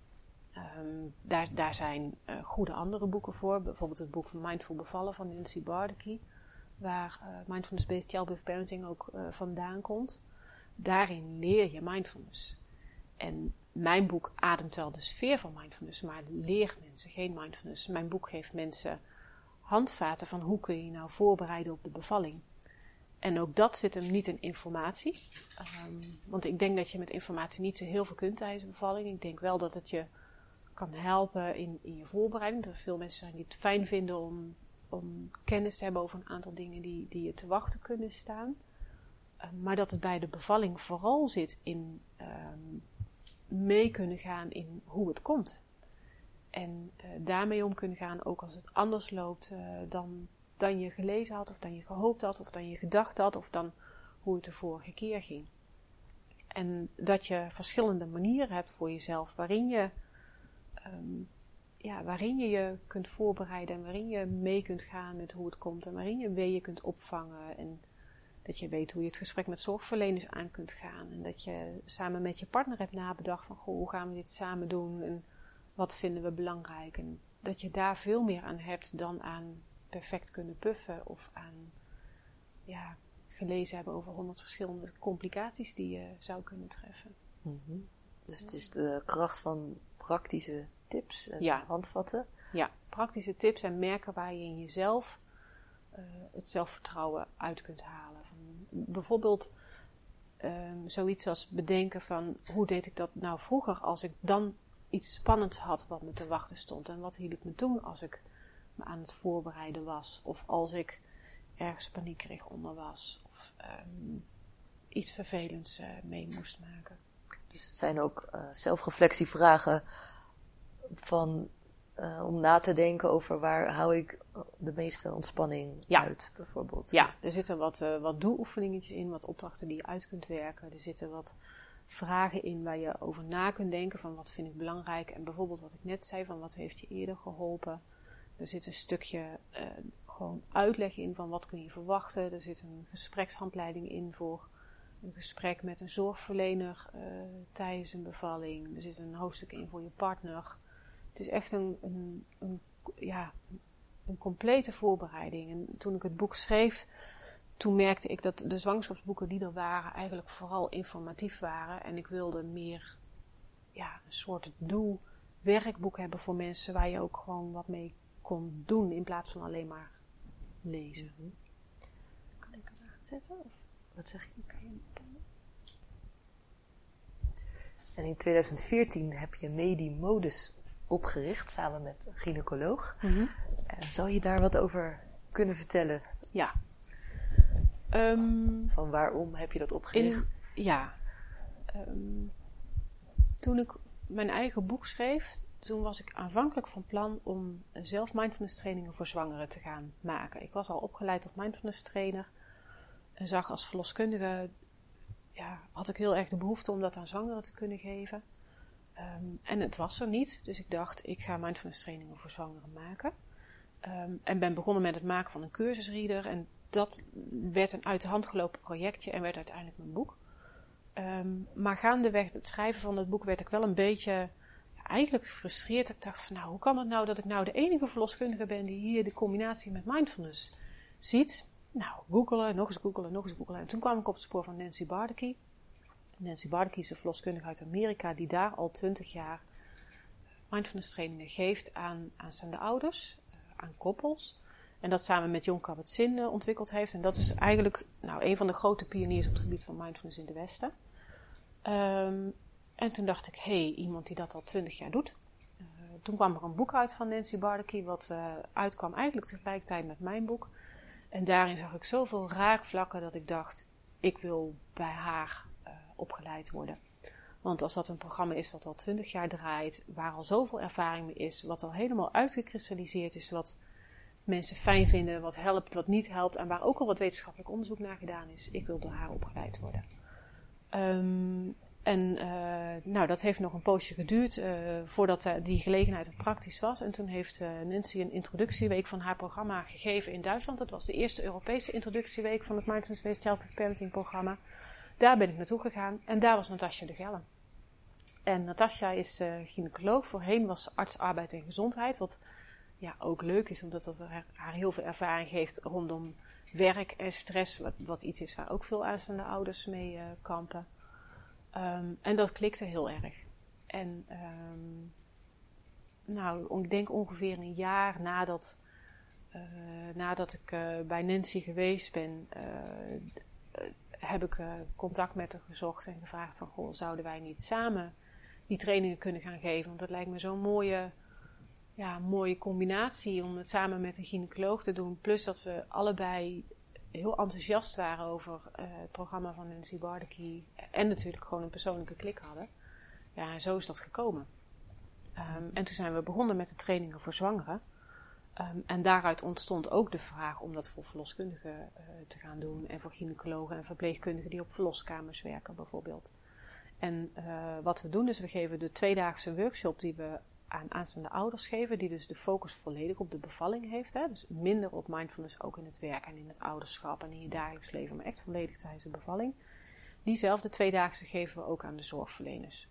Um, daar, daar zijn uh, goede andere boeken voor. Bijvoorbeeld het boek van Mindful Bevallen van Nancy Bardachy. Waar uh, Mindfulness-Based Childbirth Parenting ook uh, vandaan komt. Daarin leer je mindfulness. En mijn boek ademt wel de sfeer van mindfulness, maar leert mensen geen mindfulness. Mijn boek geeft mensen handvaten van hoe kun je je nou voorbereiden op de bevalling. En ook dat zit hem niet in informatie. Um, want ik denk dat je met informatie niet zo heel veel kunt tijdens een bevalling. Ik denk wel dat het je kan helpen in, in je voorbereiding. Dat er veel mensen zijn die het fijn vinden om, om kennis te hebben over een aantal dingen die, die je te wachten kunnen staan. Um, maar dat het bij de bevalling vooral zit in um, mee kunnen gaan in hoe het komt. En uh, daarmee om kunnen gaan, ook als het anders loopt uh, dan, dan je gelezen had, of dan je gehoopt had, of dan je gedacht had, of dan hoe het de vorige keer ging. En dat je verschillende manieren hebt voor jezelf, waarin je, um, ja, waarin je je kunt voorbereiden en waarin je mee kunt gaan met hoe het komt en waarin je weeën kunt opvangen en dat je weet hoe je het gesprek met zorgverleners aan kunt gaan en dat je samen met je partner hebt nabedacht van, goh, hoe gaan we dit samen doen en wat vinden we belangrijk? En dat je daar veel meer aan hebt dan aan perfect kunnen puffen of aan ja, gelezen hebben over honderd verschillende complicaties die je zou kunnen treffen.
Mm-hmm. Dus het is de kracht van praktische tips en
ja.
handvatten.
Ja, praktische tips en merken waar je in jezelf uh, het zelfvertrouwen uit kunt halen. Van, bijvoorbeeld um, zoiets als bedenken van hoe deed ik dat nou vroeger als ik dan iets spannends had wat me te wachten stond. En wat hielp me toen als ik me aan het voorbereiden was. Of als ik ergens paniek kreeg onder was. Of um, iets vervelends uh, mee moest maken.
Dus het zijn ook uh, zelfreflectievragen van, uh, om na te denken over waar hou ik de meeste ontspanning
ja.
uit, bijvoorbeeld.
Ja, er zitten wat, uh, wat doeloefeningetjes in, wat opdrachten die je uit kunt werken. Er zitten wat vragen in waar je over na kunt denken van wat vind ik belangrijk. En bijvoorbeeld wat ik net zei van wat heeft je eerder geholpen. Er zit een stukje uh, gewoon uitleg in van wat kun je verwachten. Er zit een gesprekshandleiding in voor een gesprek met een zorgverlener uh, tijdens een bevalling. Er zit een hoofdstuk in voor je partner. Het is echt een, een, een, ja, een complete voorbereiding. En toen ik het boek schreef, toen merkte ik dat de zwangerschapsboeken die er waren eigenlijk vooral informatief waren. En ik wilde meer ja, een soort doe-werkboek hebben voor mensen waar je ook gewoon wat mee kon doen in plaats van alleen maar lezen.
Mm-hmm.
Kan ik hem aanzetten? Of?
Wat zeg je?
Okay.
En in tweeduizend veertien heb je Medimodus opgericht samen met een gynaecoloog.
Mm-hmm.
Uh, zou je daar wat over kunnen vertellen?
Ja. Um,
van waarom heb je dat opgericht?
In, ja. Um, toen ik mijn eigen boek schreef, toen was ik aanvankelijk van plan om zelf mindfulness trainingen voor zwangeren te gaan maken. Ik was al opgeleid tot mindfulness trainer en zag als verloskundige, ja, had ik heel erg de behoefte om dat aan zwangeren te kunnen geven. Um, en het was er niet, dus ik dacht, ik ga mindfulness trainingen voor zwangeren maken. Um, en ben begonnen met het maken van een cursusreader en dat werd een uit de hand gelopen projectje en werd uiteindelijk mijn boek. Um, maar gaandeweg het schrijven van dat boek werd ik wel een beetje ja, eigenlijk gefrustreerd. Ik dacht van nou, hoe kan het nou dat ik nou de enige verloskundige ben die hier de combinatie met mindfulness ziet? Nou, googelen, nog eens googelen, nog eens googelen. En toen kwam ik op het spoor van Nancy Bardachy. Nancy Bardachy is een verloskundige uit Amerika die daar al twintig jaar mindfulness trainingen geeft aan aanstaande ouders, uh, aan koppels. En dat samen met Jon Kabat-Zinn uh, ontwikkeld heeft. En dat is eigenlijk nou, een van de grote pioniers op het gebied van mindfulness in de Westen. Um, en toen dacht ik, hé, hey, iemand die dat al twintig jaar doet. Uh, toen kwam er een boek uit van Nancy Bardachy, wat uh, uitkwam eigenlijk tegelijkertijd met mijn boek. En daarin zag ik zoveel raakvlakken dat ik dacht, ik wil bij haar uh, opgeleid worden. Want als dat een programma is wat al twintig jaar draait, waar al zoveel ervaring mee is, wat al helemaal uitgekristalliseerd is, wat mensen fijn vinden, wat helpt, wat niet helpt en waar ook al wat wetenschappelijk onderzoek naar gedaan is, ik wil door haar opgeleid worden. Um, en uh, nou, dat heeft nog een poosje geduurd uh, voordat uh, die gelegenheid er praktisch was. En toen heeft uh, Nancy een introductieweek van haar programma gegeven in Duitsland. Dat was de eerste Europese introductieweek van het Mindfulness-Based Childhood Parenting programma. Daar ben ik naartoe gegaan en daar was Natasja de Gelle. En Natasja is uh, gynaecoloog. Voorheen was ze arts arbeid en gezondheid. Wat ja, ook leuk is, omdat dat haar, haar heel veel ervaring geeft rondom werk en stress. Wat, wat iets is waar ook veel aanstaande ouders mee uh, kampen. Um, en dat klikte heel erg. En um, nou, ik denk ongeveer een jaar nadat, uh, nadat ik uh, bij Nancy geweest ben, uh, uh, heb ik uh, contact met haar gezocht en gevraagd van, goh, zouden wij niet samen die trainingen kunnen gaan geven? Want dat lijkt me zo'n mooie, ja, mooie combinatie om het samen met een gynaecoloog te doen. Plus dat we allebei heel enthousiast waren over uh, het programma van Nancy Bardacke en natuurlijk gewoon een persoonlijke klik hadden. Ja, en zo is dat gekomen. Um, en toen zijn we begonnen met de trainingen voor zwangeren. Um, en daaruit ontstond ook de vraag om dat voor verloskundigen uh, te gaan doen en voor gynaecologen en verpleegkundigen die op verloskamers werken bijvoorbeeld. En uh, wat we doen is we geven de tweedaagse workshop die we aan aanstaande ouders geven, die dus de focus volledig op de bevalling heeft. Hè? Dus minder op mindfulness ook in het werk en in het ouderschap en in je dagelijks leven, maar echt volledig tijdens de bevalling. Diezelfde tweedaagse geven we ook aan de zorgverleners.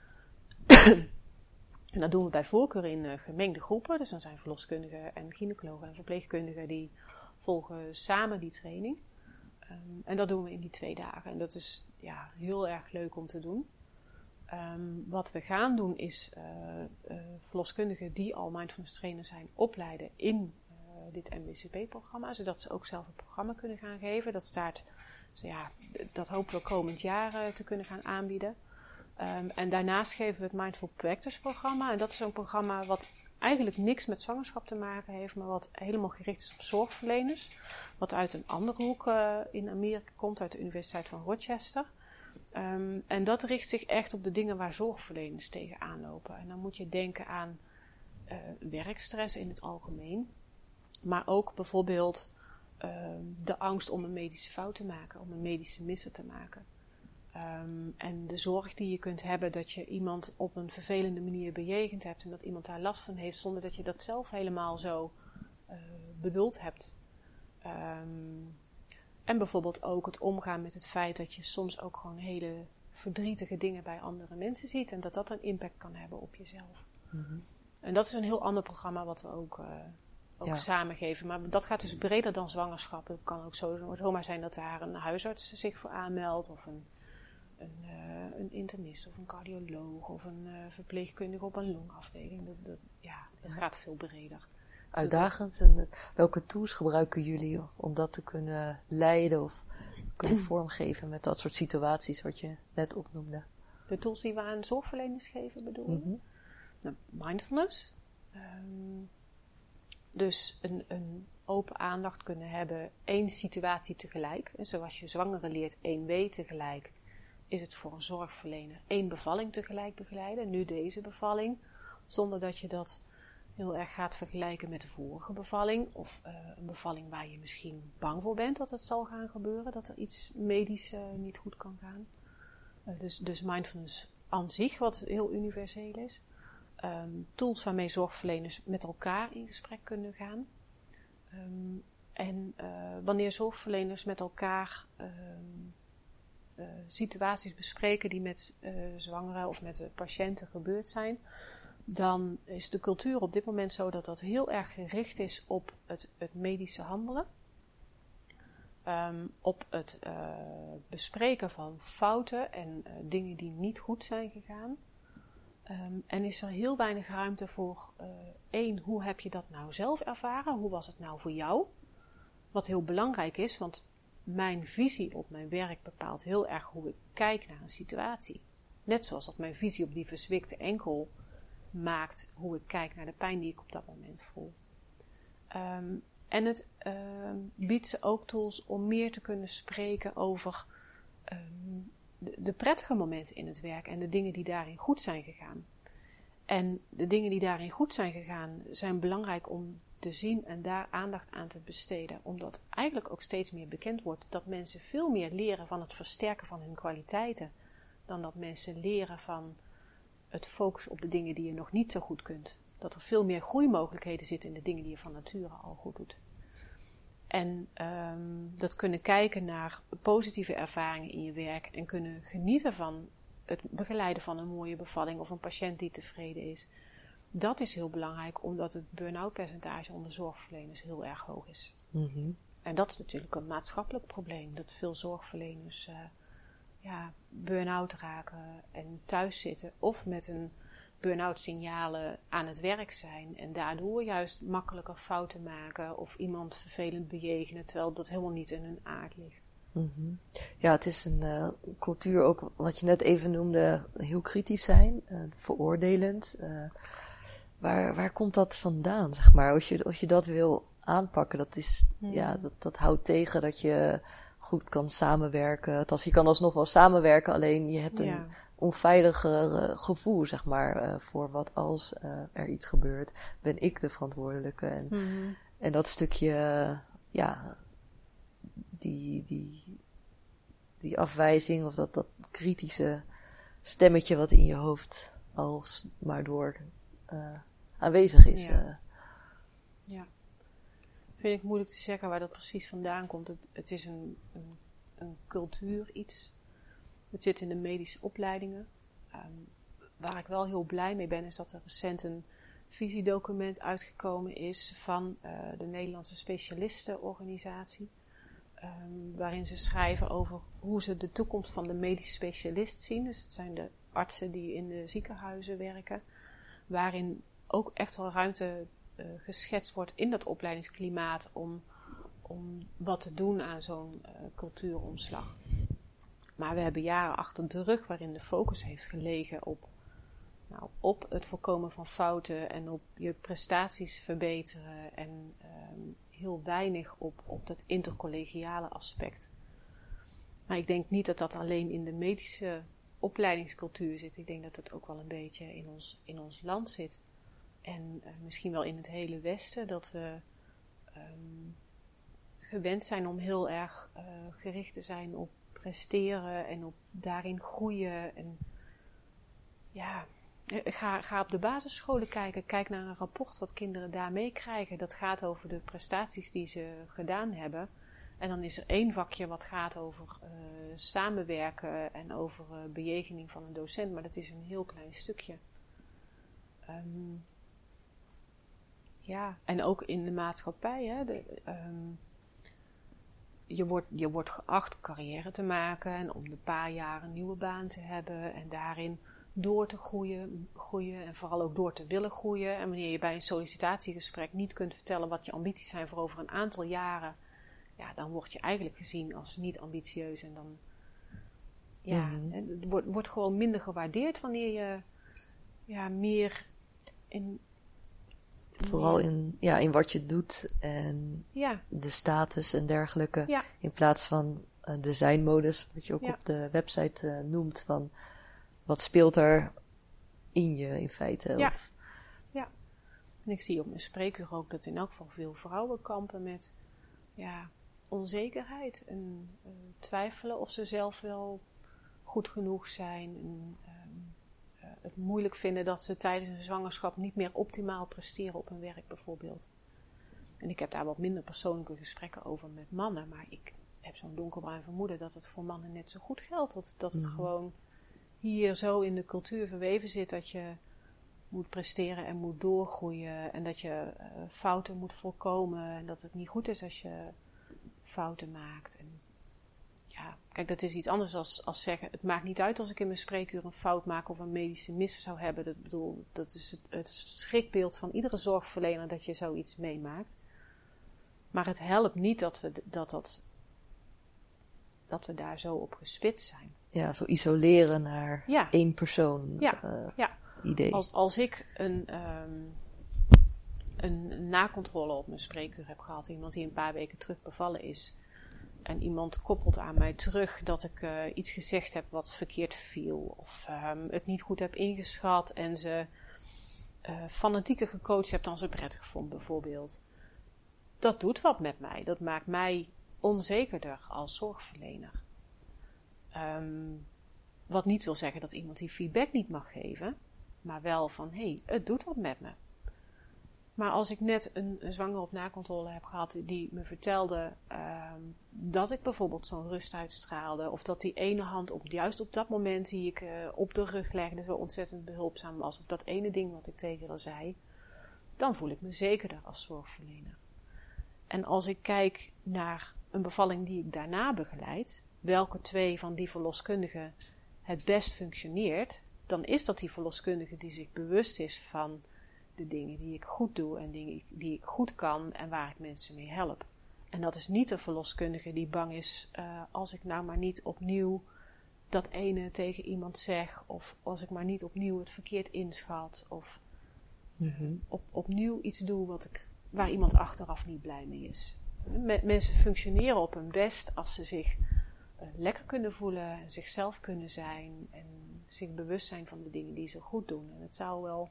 En dat doen we bij voorkeur in uh, gemengde groepen. Dus dan zijn verloskundigen en gynaecologen en verpleegkundigen die volgen samen die training. Um, en dat doen we in die twee dagen. En dat is ja, heel erg leuk om te doen. Um, wat we gaan doen is uh, uh, verloskundigen die al mindfulness trainer zijn opleiden in uh, dit M B C P-programma. Zodat ze ook zelf het programma kunnen gaan geven. Dat staat, dus ja, dat hopen we komend jaar uh, te kunnen gaan aanbieden. Um, en daarnaast geven we het Mindful Practice programma. En dat is een programma wat eigenlijk niks met zwangerschap te maken heeft, maar wat helemaal gericht is op zorgverleners. Wat uit een andere hoek uh, in Amerika komt, uit de Universiteit van Rochester. Um, en dat richt zich echt op de dingen waar zorgverleners tegenaan lopen. En dan moet je denken aan uh, werkstress in het algemeen. Maar ook bijvoorbeeld uh, de angst om een medische fout te maken, om een medische misser te maken. Um, en de zorg die je kunt hebben dat je iemand op een vervelende manier bejegend hebt en dat iemand daar last van heeft zonder dat je dat zelf helemaal zo uh, bedoeld hebt. Um, en bijvoorbeeld ook het omgaan met het feit dat je soms ook gewoon hele verdrietige dingen bij andere mensen ziet en dat dat een impact kan hebben op jezelf. Mm-hmm. En dat is een heel ander programma wat we ook, uh, ook ja. samen geven. Maar dat gaat dus breder dan zwangerschap. Het kan ook zo, zomaar zijn dat daar een huisarts zich voor aanmeldt of een Een, uh, een internist of een cardioloog of een uh, verpleegkundige op een longafdeling. Dat, dat, ja, dat ja. gaat veel breder.
Uitdagend. En welke tools gebruiken jullie om dat te kunnen leiden of kunnen vormgeven met dat soort situaties wat je net opnoemde?
De tools die we aan zorgverleners geven bedoel je? Mm-hmm. Nou, mindfulness. Um, dus een, een open aandacht kunnen hebben, één situatie tegelijk. En zoals je zwangere leert één wee tegelijk, is het voor een zorgverlener één bevalling tegelijk begeleiden. Nu deze bevalling, zonder dat je dat heel erg gaat vergelijken met de vorige bevalling. Of uh, een bevalling waar je misschien bang voor bent dat het zal gaan gebeuren. Dat er iets medisch uh, niet goed kan gaan. Uh, dus, dus mindfulness aan zich, wat heel universeel is. Um, tools waarmee zorgverleners met elkaar in gesprek kunnen gaan. Um, en uh, wanneer zorgverleners met elkaar Um, Uh, situaties bespreken die met uh, zwangeren of met de patiënten gebeurd zijn, dan is de cultuur op dit moment zo dat dat heel erg gericht is op het, het medische handelen. Um, op het uh, bespreken van fouten en uh, dingen die niet goed zijn gegaan. Um, en is er heel weinig ruimte voor, uh, één, hoe heb je dat nou zelf ervaren? Hoe was het nou voor jou? Wat heel belangrijk is, want mijn visie op mijn werk bepaalt heel erg hoe ik kijk naar een situatie. Net zoals dat mijn visie op die verzwikte enkel maakt hoe ik kijk naar de pijn die ik op dat moment voel. Um, en het um, biedt ze ook tools om meer te kunnen spreken over um, de, de prettige momenten in het werk en de dingen die daarin goed zijn gegaan. En de dingen die daarin goed zijn gegaan zijn belangrijk om te zien en daar aandacht aan te besteden. Omdat eigenlijk ook steeds meer bekend wordt dat mensen veel meer leren van het versterken van hun kwaliteiten dan dat mensen leren van het focussen op de dingen die je nog niet zo goed kunt. Dat er veel meer groeimogelijkheden zitten in de dingen die je van nature al goed doet. En um, dat kunnen kijken naar positieve ervaringen in je werk en kunnen genieten van het begeleiden van een mooie bevalling of een patiënt die tevreden is. Dat is heel belangrijk, omdat het burn-out percentage onder zorgverleners heel erg hoog is.
Mm-hmm.
En dat is natuurlijk een maatschappelijk probleem, dat veel zorgverleners uh, ja, burn-out raken en thuis zitten of met een burn-out signalen aan het werk zijn en daardoor juist makkelijker fouten maken of iemand vervelend bejegenen, terwijl dat helemaal niet in hun aard ligt.
Mm-hmm. Ja, het is een uh, cultuur ook, wat je net even noemde, heel kritisch zijn, uh, veroordelend. Uh, waar, waar komt dat vandaan, zeg maar? Als je, als je dat wil aanpakken, dat is, mm. ja, dat, dat houdt tegen dat je goed kan samenwerken. Althans, je kan alsnog wel samenwerken, alleen je hebt een ja. onveiliger uh, gevoel, zeg maar, uh, voor wat als uh, er iets gebeurt, ben ik de verantwoordelijke. En, mm-hmm. en dat stukje, uh, ja, die, die, die afwijzing of dat, dat kritische stemmetje wat in je hoofd al maar door uh, aanwezig is.
Ja.
Uh.
ja. Vind ik moeilijk te zeggen waar dat precies vandaan komt. Het, het is een, een, een cultuur iets. Het zit in de medische opleidingen. Um, waar ik wel heel blij mee ben, is dat er recent een visiedocument uitgekomen is van uh, de Nederlandse Specialistenorganisatie. Um, waarin ze schrijven over hoe ze de toekomst van de medisch specialist zien. Dus het zijn de artsen die in de ziekenhuizen werken. Waarin ook echt wel ruimte uh, geschetst wordt in dat opleidingsklimaat om, om wat te doen aan zo'n uh, cultuuromslag. Maar we hebben jaren achter de rug waarin de focus heeft gelegen op, nou, op het voorkomen van fouten en op je prestaties verbeteren en um, heel weinig op, op dat intercollegiale aspect. Maar ik denk niet dat dat alleen in de medische opleidingscultuur zit. Ik denk dat het ook wel een beetje in ons, in ons land zit. En uh, misschien wel in het hele Westen, dat we um, gewend zijn om heel erg uh, gericht te zijn op presteren en op daarin groeien. En ja, ga, ga op de basisscholen kijken. Kijk naar een rapport wat kinderen daar meekrijgen. Dat gaat over de prestaties die ze gedaan hebben. En dan is er één vakje wat gaat over uh, samenwerken en over uh, bejegening van een docent. Maar dat is een heel klein stukje. Um, ja, en ook in de maatschappij. Hè, de, um, je, wordt, je wordt geacht carrière te maken en om de paar jaar een nieuwe baan te hebben. En daarin door te groeien, groeien en vooral ook door te willen groeien. En wanneer je bij een sollicitatiegesprek niet kunt vertellen wat je ambities zijn voor over een aantal jaren, ja, dan word je eigenlijk gezien als niet ambitieus. En dan ja, mm-hmm. het wordt, wordt gewoon minder gewaardeerd wanneer je ja, meer in...
Vooral in, ja, in wat je doet en
ja.
de status en dergelijke.
Ja. In
plaats van uh, de zijnmodus, wat je ook ja. op de website uh, noemt, van wat speelt er in je in feite.
Ja.
Of...
ja. En ik zie op mijn spreekuur ook dat in elk geval veel vrouwen kampen met ja, onzekerheid en uh, twijfelen of ze zelf wel goed genoeg zijn. En, um, uh, het moeilijk vinden dat ze tijdens een zwangerschap niet meer optimaal presteren op hun werk bijvoorbeeld. En ik heb daar wat minder persoonlijke gesprekken over met mannen, maar ik heb zo'n donkerbruin vermoeden dat het voor mannen net zo goed geldt. Dat, dat het mm. gewoon hier zo in de cultuur verweven zit dat je moet presteren en moet doorgroeien en dat je uh, fouten moet voorkomen en dat het niet goed is als je fouten maakt. En ja, kijk, dat is iets anders als, als zeggen, het maakt niet uit als ik in mijn spreekuur een fout maak of een medische mis zou hebben. Dat, bedoel, dat is het, het schrikbeeld van iedere zorgverlener dat je zoiets meemaakt. Maar het helpt niet dat we, dat, dat, dat we daar zo op gespitst zijn.
Ja, zo isoleren naar
ja.
één persoon
ja.
Uh,
ja.
idee.
Als, als ik een, um, een nakontrole op mijn spreekuur heb gehad, iemand die een paar weken terug bevallen is, en iemand koppelt aan mij terug dat ik uh, iets gezegd heb wat verkeerd viel, of um, het niet goed heb ingeschat en ze uh, fanatieker gecoacht heb dan ze prettig vond bijvoorbeeld. Dat doet wat met mij. Dat maakt mij onzekerder als zorgverlener. Um, Wat niet wil zeggen dat iemand die feedback niet mag geven, maar wel van, hé, hey, het doet wat met me. Maar als ik net een, een zwangere op nakontrole heb gehad die me vertelde uh, dat ik bijvoorbeeld zo'n rust uitstraalde, of dat die ene hand op, juist op dat moment die ik uh, op de rug legde zo ontzettend behulpzaam was, of dat ene ding wat ik tegen haar zei, dan voel ik me zekerder als zorgverlener. En als ik kijk naar een bevalling die ik daarna begeleid, welke twee van die verloskundigen het best functioneert, dan is dat die verloskundige die zich bewust is van de dingen die ik goed doe en dingen die ik goed kan en waar ik mensen mee help. En dat is niet een verloskundige die bang is uh, als ik nou maar niet opnieuw dat ene tegen iemand zeg, of als ik maar niet opnieuw het verkeerd inschat, of
Mm-hmm.
op, opnieuw iets doe wat ik, waar iemand achteraf niet blij mee is. Me, mensen functioneren op hun best als ze zich uh, lekker kunnen voelen, en zichzelf kunnen zijn en zich bewust zijn van de dingen die ze goed doen. En het zou wel,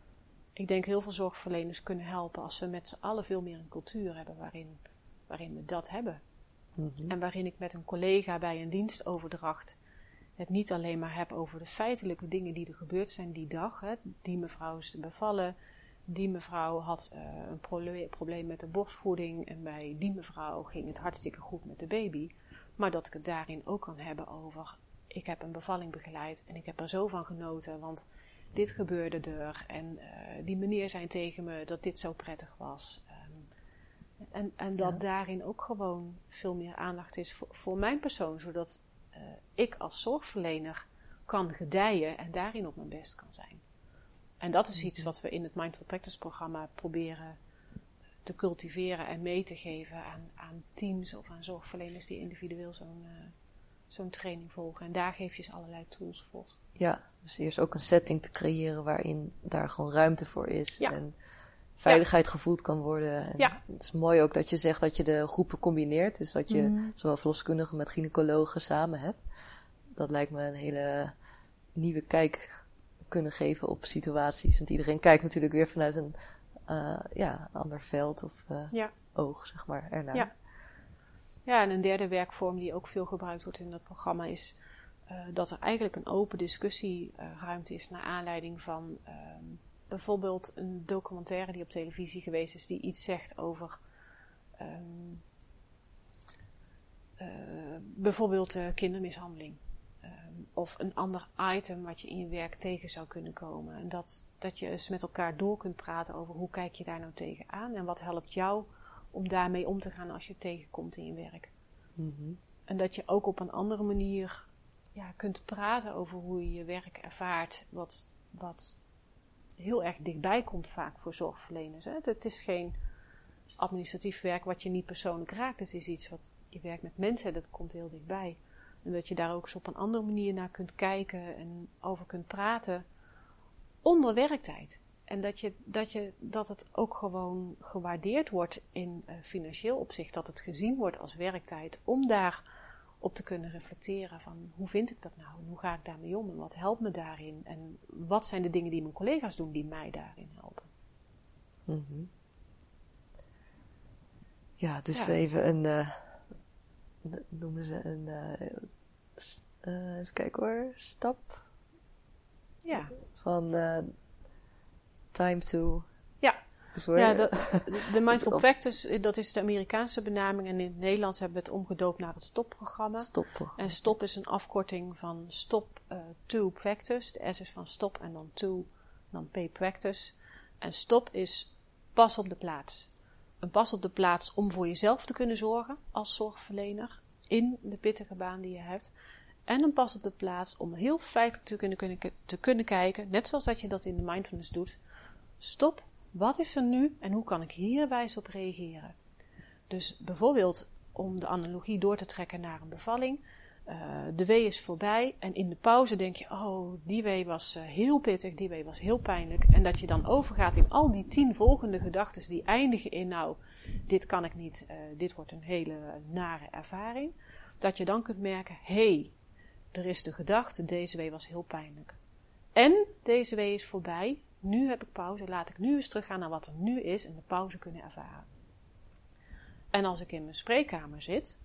ik denk, heel veel zorgverleners kunnen helpen als we met z'n allen veel meer een cultuur hebben waarin, waarin we dat hebben.
Mm-hmm.
En waarin ik met een collega bij een dienstoverdracht het niet alleen maar heb over de feitelijke dingen die er gebeurd zijn die dag. Hè. Die mevrouw is bevallen, die mevrouw had uh, een prole- probleem met de borstvoeding en bij die mevrouw ging het hartstikke goed met de baby. Maar dat ik het daarin ook kan hebben over, ik heb een bevalling begeleid en ik heb er zo van genoten, want dit gebeurde er en uh, die meneer zei tegen me dat dit zo prettig was. Um, en, en dat ja. daarin ook gewoon veel meer aandacht is voor, voor mijn persoon, zodat uh, ik als zorgverlener kan gedijen en daarin op mijn best kan zijn. En dat is iets wat we in het Mindful Practice programma proberen te cultiveren en mee te geven aan, aan teams of aan zorgverleners die individueel zo'n, uh, zo'n training volgen. En daar geef je ze allerlei tools voor.
Ja, dus eerst ook een setting te creëren waarin daar gewoon ruimte voor is.
Ja.
En veiligheid ja. gevoeld kan worden. En
ja.
Het is mooi ook dat je zegt dat je de groepen combineert. Dus dat je
mm.
zowel verloskundigen met gynaecologen samen hebt. Dat lijkt me een hele nieuwe kijk kunnen geven op situaties. Want iedereen kijkt natuurlijk weer vanuit een uh, ja, ander veld of uh, ja. oog, zeg maar, ernaar.
Ja. ja, en een derde werkvorm die ook veel gebruikt wordt in dat programma is uh, dat er eigenlijk een open discussieruimte uh, is naar aanleiding van uh, bijvoorbeeld een documentaire die op televisie geweest is, die iets zegt over um, uh, bijvoorbeeld uh, kindermishandeling. Um, of een ander item wat je in je werk tegen zou kunnen komen. En dat, dat je eens met elkaar door kunt praten over hoe kijk je daar nou tegenaan en wat helpt jou om daarmee om te gaan als je het tegenkomt in je werk.
Mm-hmm.
En dat je ook op een andere manier ja, kunt praten over hoe je je werk ervaart, wat, wat heel erg dichtbij komt vaak voor zorgverleners. Hè? Het is geen administratief werk wat je niet persoonlijk raakt. Het is iets wat je werkt met mensen, dat komt heel dichtbij. En dat je daar ook eens op een andere manier naar kunt kijken en over kunt praten onder werktijd. En dat, je, dat, je, dat het ook gewoon gewaardeerd wordt in uh, financieel opzicht. Dat het gezien wordt als werktijd om daar op te kunnen reflecteren van hoe vind ik dat nou en hoe ga ik daarmee om en wat helpt me daarin en wat zijn de dingen die mijn collega's doen die mij daarin helpen.
Mm-hmm. Ja, dus
ja.
even een, uh, noemen ze een, uh, uh, even kijken hoor, stap.
Ja.
Van uh, time to...
Ja.
Sorry.
Ja, de, de Mindful Practice, dat is de Amerikaanse benaming en in het Nederlands hebben we het omgedoopt naar het STOP-programma.
Stop.
En STOP is een afkorting van Stop uh, to Practice. De S is van Stop en dan To, dan Pay Practice. En STOP is pas op de plaats. Een pas op de plaats om voor jezelf te kunnen zorgen als zorgverlener in de pittige baan die je hebt. En een pas op de plaats om heel feitelijk te kunnen, kunnen, te kunnen kijken, net zoals dat je dat in de mindfulness doet. Stop. Wat is er nu en hoe kan ik hier wijs op reageren? Dus bijvoorbeeld om de analogie door te trekken naar een bevalling. Uh, de wee is voorbij en in de pauze denk je, oh, die wee was uh, heel pittig, die wee was heel pijnlijk. En dat je dan overgaat in al die tien volgende gedachten die eindigen in, nou, dit kan ik niet, uh, dit wordt een hele nare ervaring. Dat je dan kunt merken, hé, hey, er is de gedachte, deze wee was heel pijnlijk. En deze wee is voorbij. Nu heb ik pauze, laat ik nu eens teruggaan naar wat er nu is en de pauze kunnen ervaren. En als ik in mijn spreekkamer zit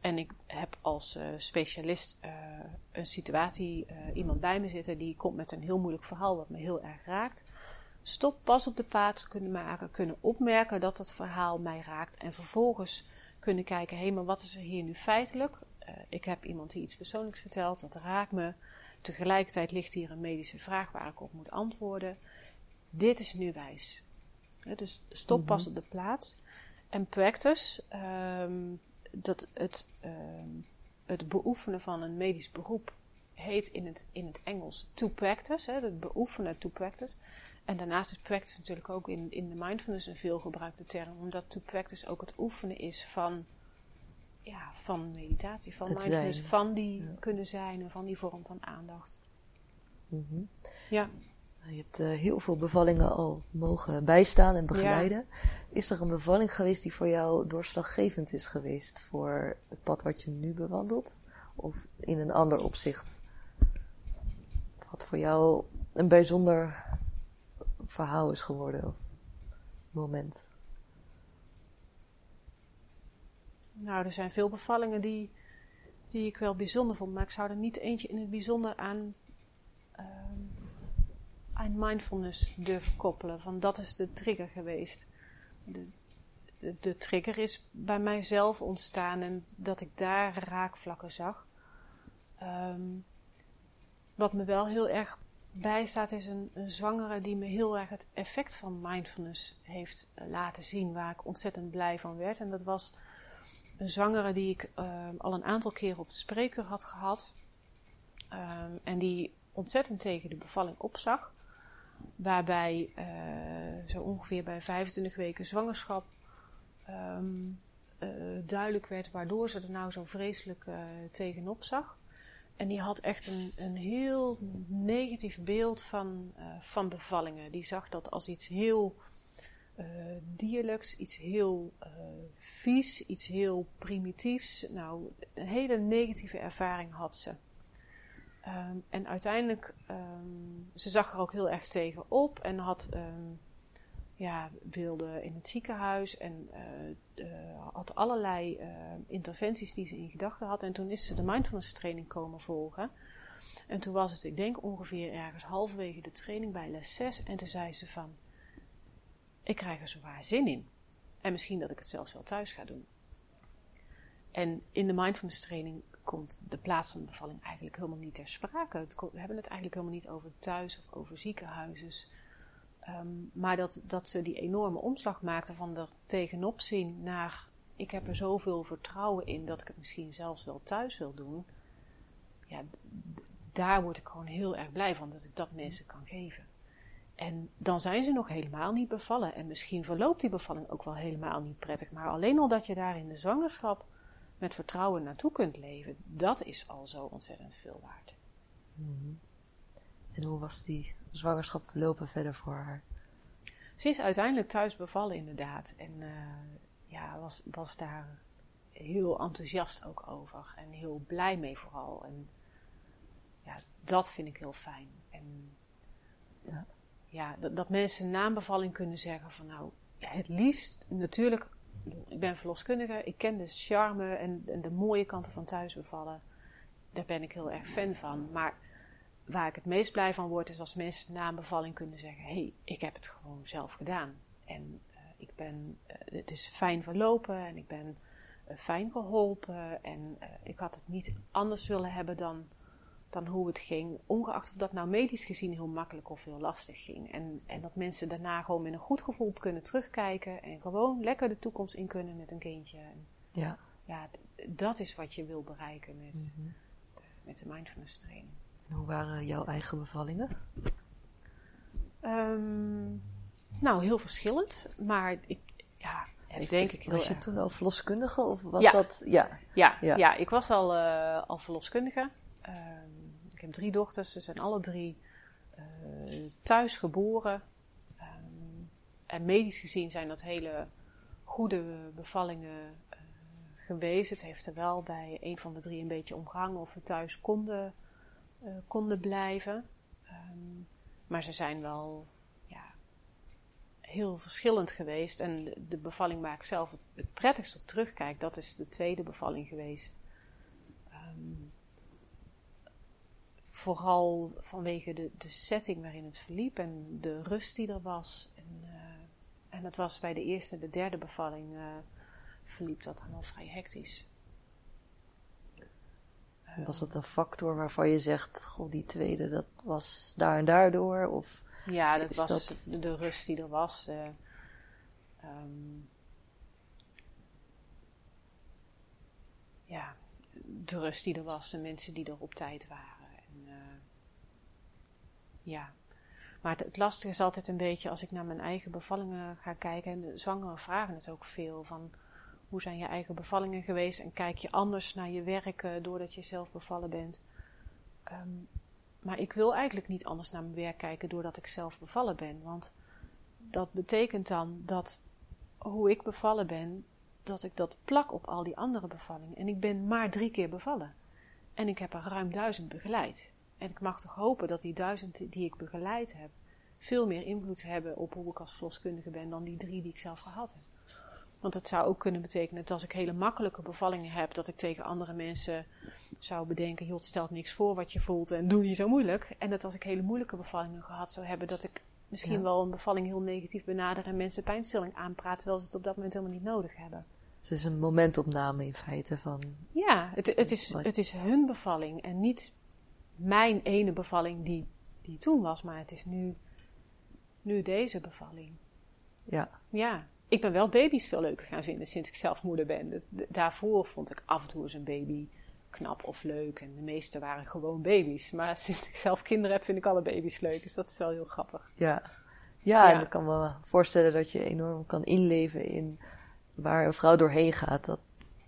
en ik heb als uh, specialist uh, een situatie, uh, iemand bij me zitten die komt met een heel moeilijk verhaal wat me heel erg raakt. Stop, pas op de plaats kunnen maken, kunnen opmerken dat dat verhaal mij raakt en vervolgens kunnen kijken, hé, hey, maar wat is er hier nu feitelijk? Uh, ik heb iemand die iets persoonlijks vertelt, dat raakt me. Tegelijkertijd ligt hier een medische vraag waar ik op moet antwoorden. Dit is nu wijs. Uh, dus stop, mm-hmm. pas op de plaats. En practice, um, dat het, um, het beoefenen van een medisch beroep heet in het, in het Engels to practice. Hè, het beoefenen to practice. En daarnaast is practice natuurlijk ook in, in de mindfulness een veelgebruikte term. Omdat to practice ook het oefenen is van, ja, van meditatie, van
het
mindfulness,
zijn.
van die
ja.
kunnen zijn en van die vorm van aandacht.
Mm-hmm.
Ja.
Je hebt uh, heel veel bevallingen al mogen bijstaan en begeleiden. Ja. Is er een bevalling geweest die voor jou doorslaggevend is geweest voor het pad wat je nu bewandelt? Of in een ander opzicht? Wat voor jou een bijzonder verhaal is geworden of moment?
Nou, er zijn veel bevallingen die, die ik wel bijzonder vond, maar ik zou er niet eentje in het bijzonder aan, uh, aan mindfulness durven koppelen. Van dat is de trigger geweest. De, de, de trigger is bij mijzelf ontstaan en dat ik daar raakvlakken zag. Um, wat me wel heel erg bijstaat is een, een zwangere die me heel erg het effect van mindfulness heeft uh, laten zien, waar ik ontzettend blij van werd. En dat was een zwangere die ik uh, al een aantal keren op het spreekuur had gehad. Um, en die ontzettend tegen de bevalling opzag. Waarbij uh, zo ongeveer bij vijfentwintig weken zwangerschap um, uh, duidelijk werd waardoor ze er nou zo vreselijk uh, tegenop zag. En die had echt een, een heel negatief beeld van, uh, van bevallingen. Die zag dat als iets heel uh, dierlijks, iets heel uh, vies, iets heel primitiefs. Nou, een hele negatieve ervaring had ze. Um, en uiteindelijk, um, ze zag er ook heel erg tegen op en had, um, ja, wilde in het ziekenhuis en uh, uh, had allerlei uh, interventies die ze in gedachten had. En toen is ze de mindfulness training komen volgen. En toen was het, ik denk ongeveer ergens halverwege de training bij les zes. En toen zei ze van, ik krijg er zowaar zin in. En misschien dat ik het zelfs wel thuis ga doen. En in de mindfulness training komt de plaats van de bevalling eigenlijk helemaal niet ter sprake. Het, we hebben het eigenlijk helemaal niet over thuis of over ziekenhuizen. Um, maar dat, dat ze die enorme omslag maakte van er tegenop zien naar, ik heb er zoveel vertrouwen in dat ik het misschien zelfs wel thuis wil doen. Ja, d- daar word ik gewoon heel erg blij van, dat ik dat mensen kan geven. En dan zijn ze nog helemaal niet bevallen. En misschien verloopt die bevalling ook wel helemaal niet prettig. Maar alleen al dat je daar in de zwangerschap met vertrouwen naartoe kunt leven, dat is al zo ontzettend veel waard.
Mm-hmm. En hoe was die zwangerschap verlopen verder voor haar?
Ze is uiteindelijk thuis bevallen inderdaad. En uh, ja, was, was daar heel enthousiast ook over. En heel blij mee vooral. En ja, dat vind ik heel fijn. En ja, ja dat, dat mensen na een bevalling kunnen zeggen van nou, het liefst natuurlijk, ik ben verloskundige, ik ken de charme en, en de mooie kanten van thuis bevallen. Daar ben ik heel erg fan van. Maar waar ik het meest blij van word is als mensen na een bevalling kunnen zeggen, hé, hey, ik heb het gewoon zelf gedaan. En uh, ik ben, uh, het is fijn verlopen en ik ben uh, fijn geholpen. En uh, ik had het niet anders willen hebben dan, dan hoe het ging. Ongeacht of dat nou medisch gezien heel makkelijk of heel lastig ging. En, en dat mensen daarna gewoon met een goed gevoel kunnen terugkijken. En gewoon lekker de toekomst in kunnen met een kindje. En
ja.
Ja, d- dat is wat je wil bereiken met,
Mm-hmm.
de, met de mindfulness training.
Hoe waren jouw eigen bevallingen?
Um, nou, heel verschillend. Maar ik, ja, ik denk ik heel
Was je
erg.
toen al verloskundige of was
Ja.
dat... Ja.
Ja,
Ja.
ja, ik was al, uh, al verloskundige. Um, ik heb drie dochters. Ze zijn alle drie uh, thuis geboren. Um, en medisch gezien zijn dat hele goede bevallingen uh, geweest. Het heeft er wel bij een van de drie een beetje omgehangen of we thuis konden, uh, konden blijven. Um, maar ze zijn wel ja, heel verschillend geweest. En de, de bevalling waar ik zelf het, het prettigst op terugkijk, dat is de tweede bevalling geweest. Um, vooral vanwege de, de setting waarin het verliep en de rust die er was. En, uh, en dat was bij de eerste en de derde bevalling uh, verliep dat allemaal vrij hectisch.
Was dat een factor waarvan je zegt, goh, die tweede, dat was daar en daardoor? Of
ja, dat was
dat...
de, de rust die er was. Uh, um, ja, de rust die er was, de mensen die er op tijd waren. En, uh, ja, maar het, het lastige is altijd een beetje, als ik naar mijn eigen bevallingen ga kijken, en de zwangeren vragen het ook veel, van hoe zijn je eigen bevallingen geweest en kijk je anders naar je werk uh, doordat je zelf bevallen bent. Um, maar ik wil eigenlijk niet anders naar mijn werk kijken doordat ik zelf bevallen ben. Want dat betekent dan dat hoe ik bevallen ben, dat ik dat plak op al die andere bevallingen. En ik ben maar drie keer bevallen. En ik heb er ruim duizend begeleid. En ik mag toch hopen dat die duizend die ik begeleid heb, veel meer invloed hebben op hoe ik als verloskundige ben dan die drie die ik zelf gehad heb. Want het zou ook kunnen betekenen dat als ik hele makkelijke bevallingen heb, dat ik tegen andere mensen zou bedenken, joh, het stelt niks voor wat je voelt en doe niet zo moeilijk. En dat als ik hele moeilijke bevallingen gehad zou hebben, dat ik misschien ja. wel een bevalling heel negatief benader en mensen pijnstilling aanpraat, terwijl ze het op dat moment helemaal niet nodig hebben.
Het is een momentopname in feite van...
Ja, het, het, is, het is hun bevalling en niet mijn ene bevalling die, die toen was, maar het is nu, nu deze bevalling.
Ja.
Ja. Ik ben wel baby's veel leuker gaan vinden sinds ik zelf moeder ben. De, de, daarvoor vond ik af en toe eens een baby knap of leuk. En de meeste waren gewoon baby's. Maar sinds ik zelf kinderen heb, vind ik alle baby's leuk. Dus dat is wel heel grappig.
Ja, ja,
ja.
En ik kan me wel voorstellen dat je enorm kan inleven in waar een vrouw doorheen gaat. Dat...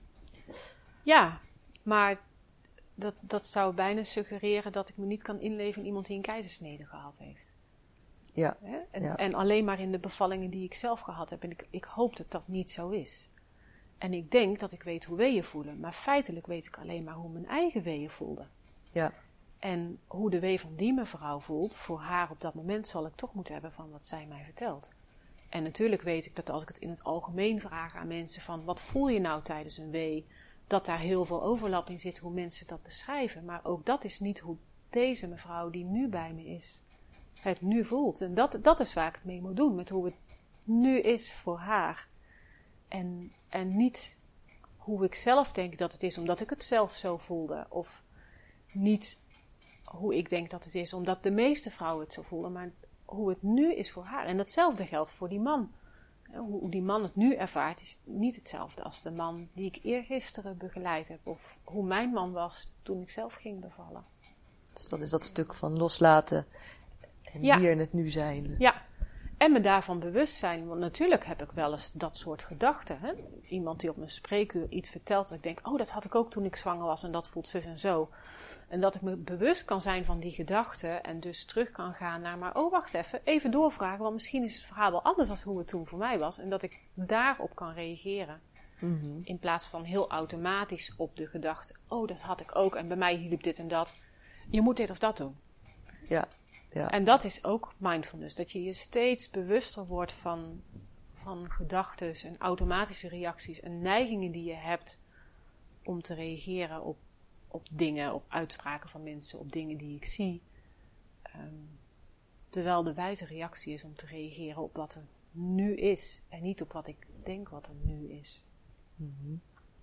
Ja, maar dat, dat zou bijna suggereren dat ik me niet kan inleven in iemand die een keizersnede gehad heeft.
Ja,
en,
ja.
en alleen maar in de bevallingen die ik zelf gehad heb. En ik, ik hoop dat dat niet zo is. En ik denk dat ik weet hoe weeën voelen. Maar feitelijk weet ik alleen maar hoe mijn eigen weeën voelden.
Ja.
En hoe de wee van die mevrouw voelt, voor haar op dat moment zal ik toch moeten hebben van wat zij mij vertelt. En natuurlijk weet ik dat als ik het in het algemeen vraag aan mensen van wat voel je nou tijdens een wee, dat daar heel veel overlap in zit hoe mensen dat beschrijven. Maar ook dat is niet hoe deze mevrouw die nu bij me is, het nu voelt. En dat, dat is waar ik het mee moet doen, met hoe het nu is voor haar. En, en niet hoe ik zelf denk dat het is, omdat ik het zelf zo voelde. Of niet hoe ik denk dat het is, omdat de meeste vrouwen het zo voelen. Maar hoe het nu is voor haar. En datzelfde geldt voor die man. Hoe, hoe die man het nu ervaart, is niet hetzelfde als de man die ik eergisteren begeleid heb. Of hoe mijn man was toen ik zelf ging bevallen.
Dus dat is dat stuk van loslaten. En ja. Hier in het nu zijn.
Ja, en me daarvan bewust zijn. Want natuurlijk heb ik wel eens dat soort gedachten. Hè? Iemand die op mijn spreekuur iets vertelt. Dat ik denk, oh, dat had ik ook toen ik zwanger was. En dat voelt zus en zo. En dat ik me bewust kan zijn van die gedachten. En dus terug kan gaan naar, maar oh, wacht even. Even doorvragen. Want misschien is het verhaal wel anders dan hoe het toen voor mij was. En dat ik daarop kan reageren.
Mm-hmm.
In plaats van heel automatisch op de gedachte. Oh, dat had ik ook. En bij mij hielp dit en dat. Je moet dit of dat doen.
Ja. Ja.
En dat is ook mindfulness. Dat je je steeds bewuster wordt van, van gedachten en automatische reacties en neigingen die je hebt om te reageren op, op dingen, op uitspraken van mensen, op dingen die ik zie. Um, terwijl de wijze reactie is om te reageren op wat er nu is en niet op wat ik denk wat er nu is.
Mm-hmm.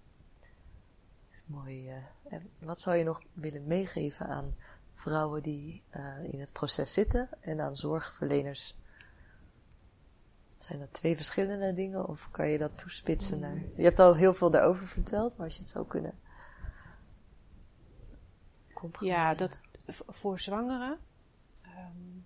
Dat is mooi. Uh, en wat zou je nog willen meegeven aan vrouwen die uh, in het proces zitten en aan zorgverleners? Zijn dat twee verschillende dingen of kan je dat toespitsen naar? Je hebt al heel veel daarover verteld, maar als je het zou kunnen.
Ja, dat voor zwangeren. Um,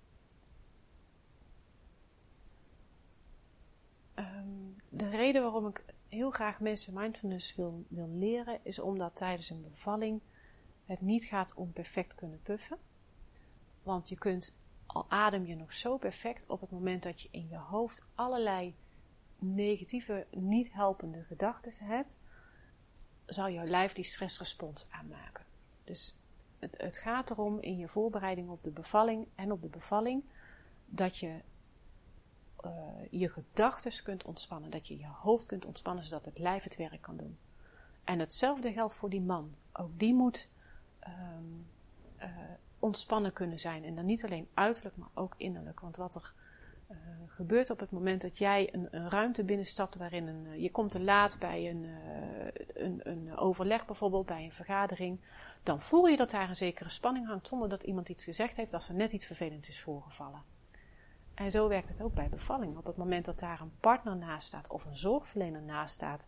um, de reden waarom ik heel graag mensen mindfulness wil, wil leren, is omdat tijdens een bevalling het niet gaat om perfect kunnen puffen. Want je kunt, al adem je nog zo perfect, op het moment dat je in je hoofd allerlei negatieve, niet helpende gedachten hebt, zal jouw lijf die stressrespons aanmaken. Dus het, het gaat erom in je voorbereiding op de bevalling en op de bevalling, dat je uh, je gedachten kunt ontspannen. Dat je je hoofd kunt ontspannen, zodat het lijf het werk kan doen. En hetzelfde geldt voor die man. Ook die moet um, uh, ontspannen kunnen zijn. En dan niet alleen uiterlijk, maar ook innerlijk. Want wat er uh, gebeurt op het moment dat jij een, een ruimte binnenstapt waarin een, uh, je komt te laat bij een, uh, een, een overleg bijvoorbeeld, bij een vergadering, dan voel je dat daar een zekere spanning hangt zonder dat iemand iets gezegd heeft, als er net iets vervelends is voorgevallen. En zo werkt het ook bij bevalling. Op het moment dat daar een partner naast staat of een zorgverlener naast staat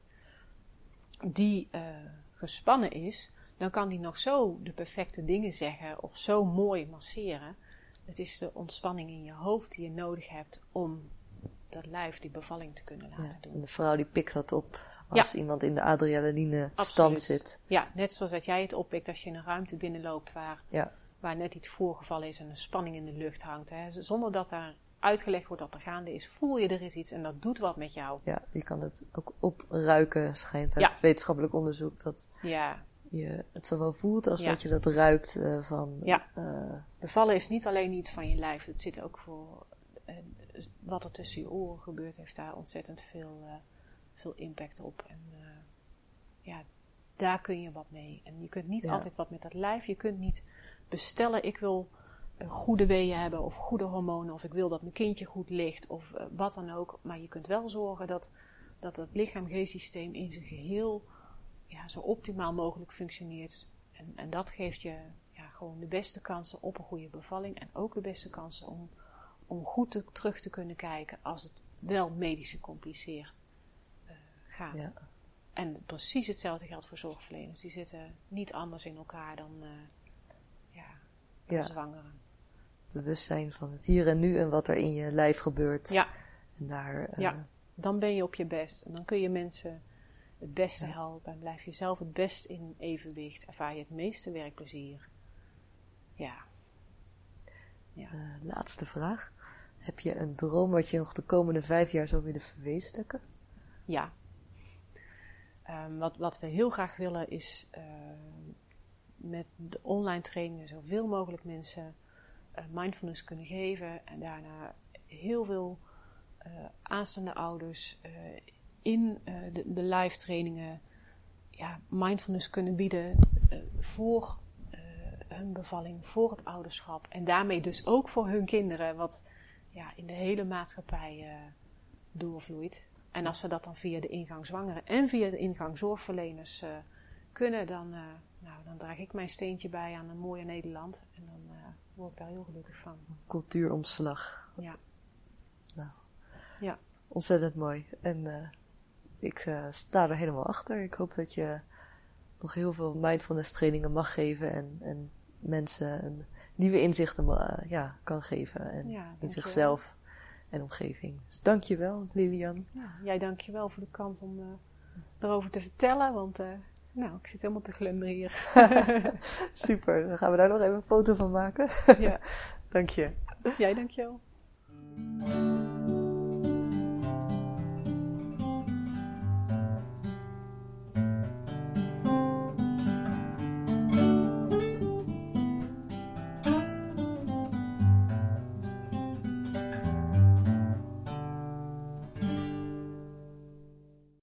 die uh, gespannen is, dan kan die nog zo de perfecte dingen zeggen of zo mooi masseren. Het is de ontspanning in je hoofd die je nodig hebt om dat lijf, die bevalling te kunnen laten
ja,
doen.
En de vrouw die pikt dat op als ja. iemand in de adrenaline stand zit.
Ja, net zoals dat jij het oppikt als je in een ruimte binnenloopt waar,
ja.
waar net iets voorgevallen is en een spanning in de lucht hangt. Hè. Zonder dat daar uitgelegd wordt dat er gaande is, voel je er is iets en dat doet wat met jou.
Ja, je kan het ook opruiken, schijnt uit ja. wetenschappelijk onderzoek. Dat
ja.
je het zowel voelt als
ja.
dat je dat ruikt uh, van...
Ja,
uh,
bevallen is niet alleen iets van je lijf. Het zit ook voor... Uh, wat er tussen je oren gebeurt, heeft daar ontzettend veel, uh, veel impact op. En uh, ja, daar kun je wat mee. En je kunt niet ja. altijd wat met dat lijf. Je kunt niet bestellen, ik wil uh, goede weeën hebben of goede hormonen. Of ik wil dat mijn kindje goed ligt of uh, wat dan ook. Maar je kunt wel zorgen dat, dat het lichaam-geestsysteem in zijn geheel ja, zo optimaal mogelijk functioneert. En, en dat geeft je ja, gewoon de beste kansen op een goede bevalling. En ook de beste kansen om, om goed te, terug te kunnen kijken als het wel medisch gecompliceerd uh, gaat. Ja. En precies hetzelfde geldt voor zorgverleners. Die zitten niet anders in elkaar dan, uh, ja, dan ja. zwangeren.
Bewustzijn van het hier en nu en wat er in je lijf gebeurt.
Ja.
En daar, uh,
ja, dan ben je op je best. En dan kun je mensen het beste ja. helpen. En blijf je zelf het best in evenwicht. Ervaar je het meeste werkplezier. Ja.
ja. Uh, laatste vraag. Heb je een droom wat je nog de komende vijf jaar zou willen verwezenlijken?
Ja. Um, wat, wat we heel graag willen is uh, met de online trainingen zoveel mogelijk mensen uh, mindfulness kunnen geven. En daarna heel veel uh, aanstaande ouders uh, in uh, de, de live trainingen ja, mindfulness kunnen bieden uh, voor uh, hun bevalling, voor het ouderschap. En daarmee dus ook voor hun kinderen, wat ja, in de hele maatschappij uh, doorvloeit. En als we dat dan via de ingang zwangeren en via de ingang zorgverleners uh, kunnen, dan, uh, nou, dan draag ik mijn steentje bij aan een mooie Nederland. En dan uh, word ik daar heel gelukkig van.
Cultuuromslag.
Ja.
Nou,
ja.
Ontzettend mooi. En uh, ik uh, sta er helemaal achter. Ik hoop dat je nog heel veel mindfulness trainingen mag geven en, en mensen een nieuwe inzichten uh, ja, kan geven. En
ja,
in zichzelf en omgeving. Dus dankjewel, Lilian.
Ja, jij dankjewel voor de kans om uh, erover te vertellen, want uh, nou, ik zit helemaal te glunderen hier.
Super, dan gaan we daar nog even een foto van maken.
Ja.
Dank je.
Jij dankjewel.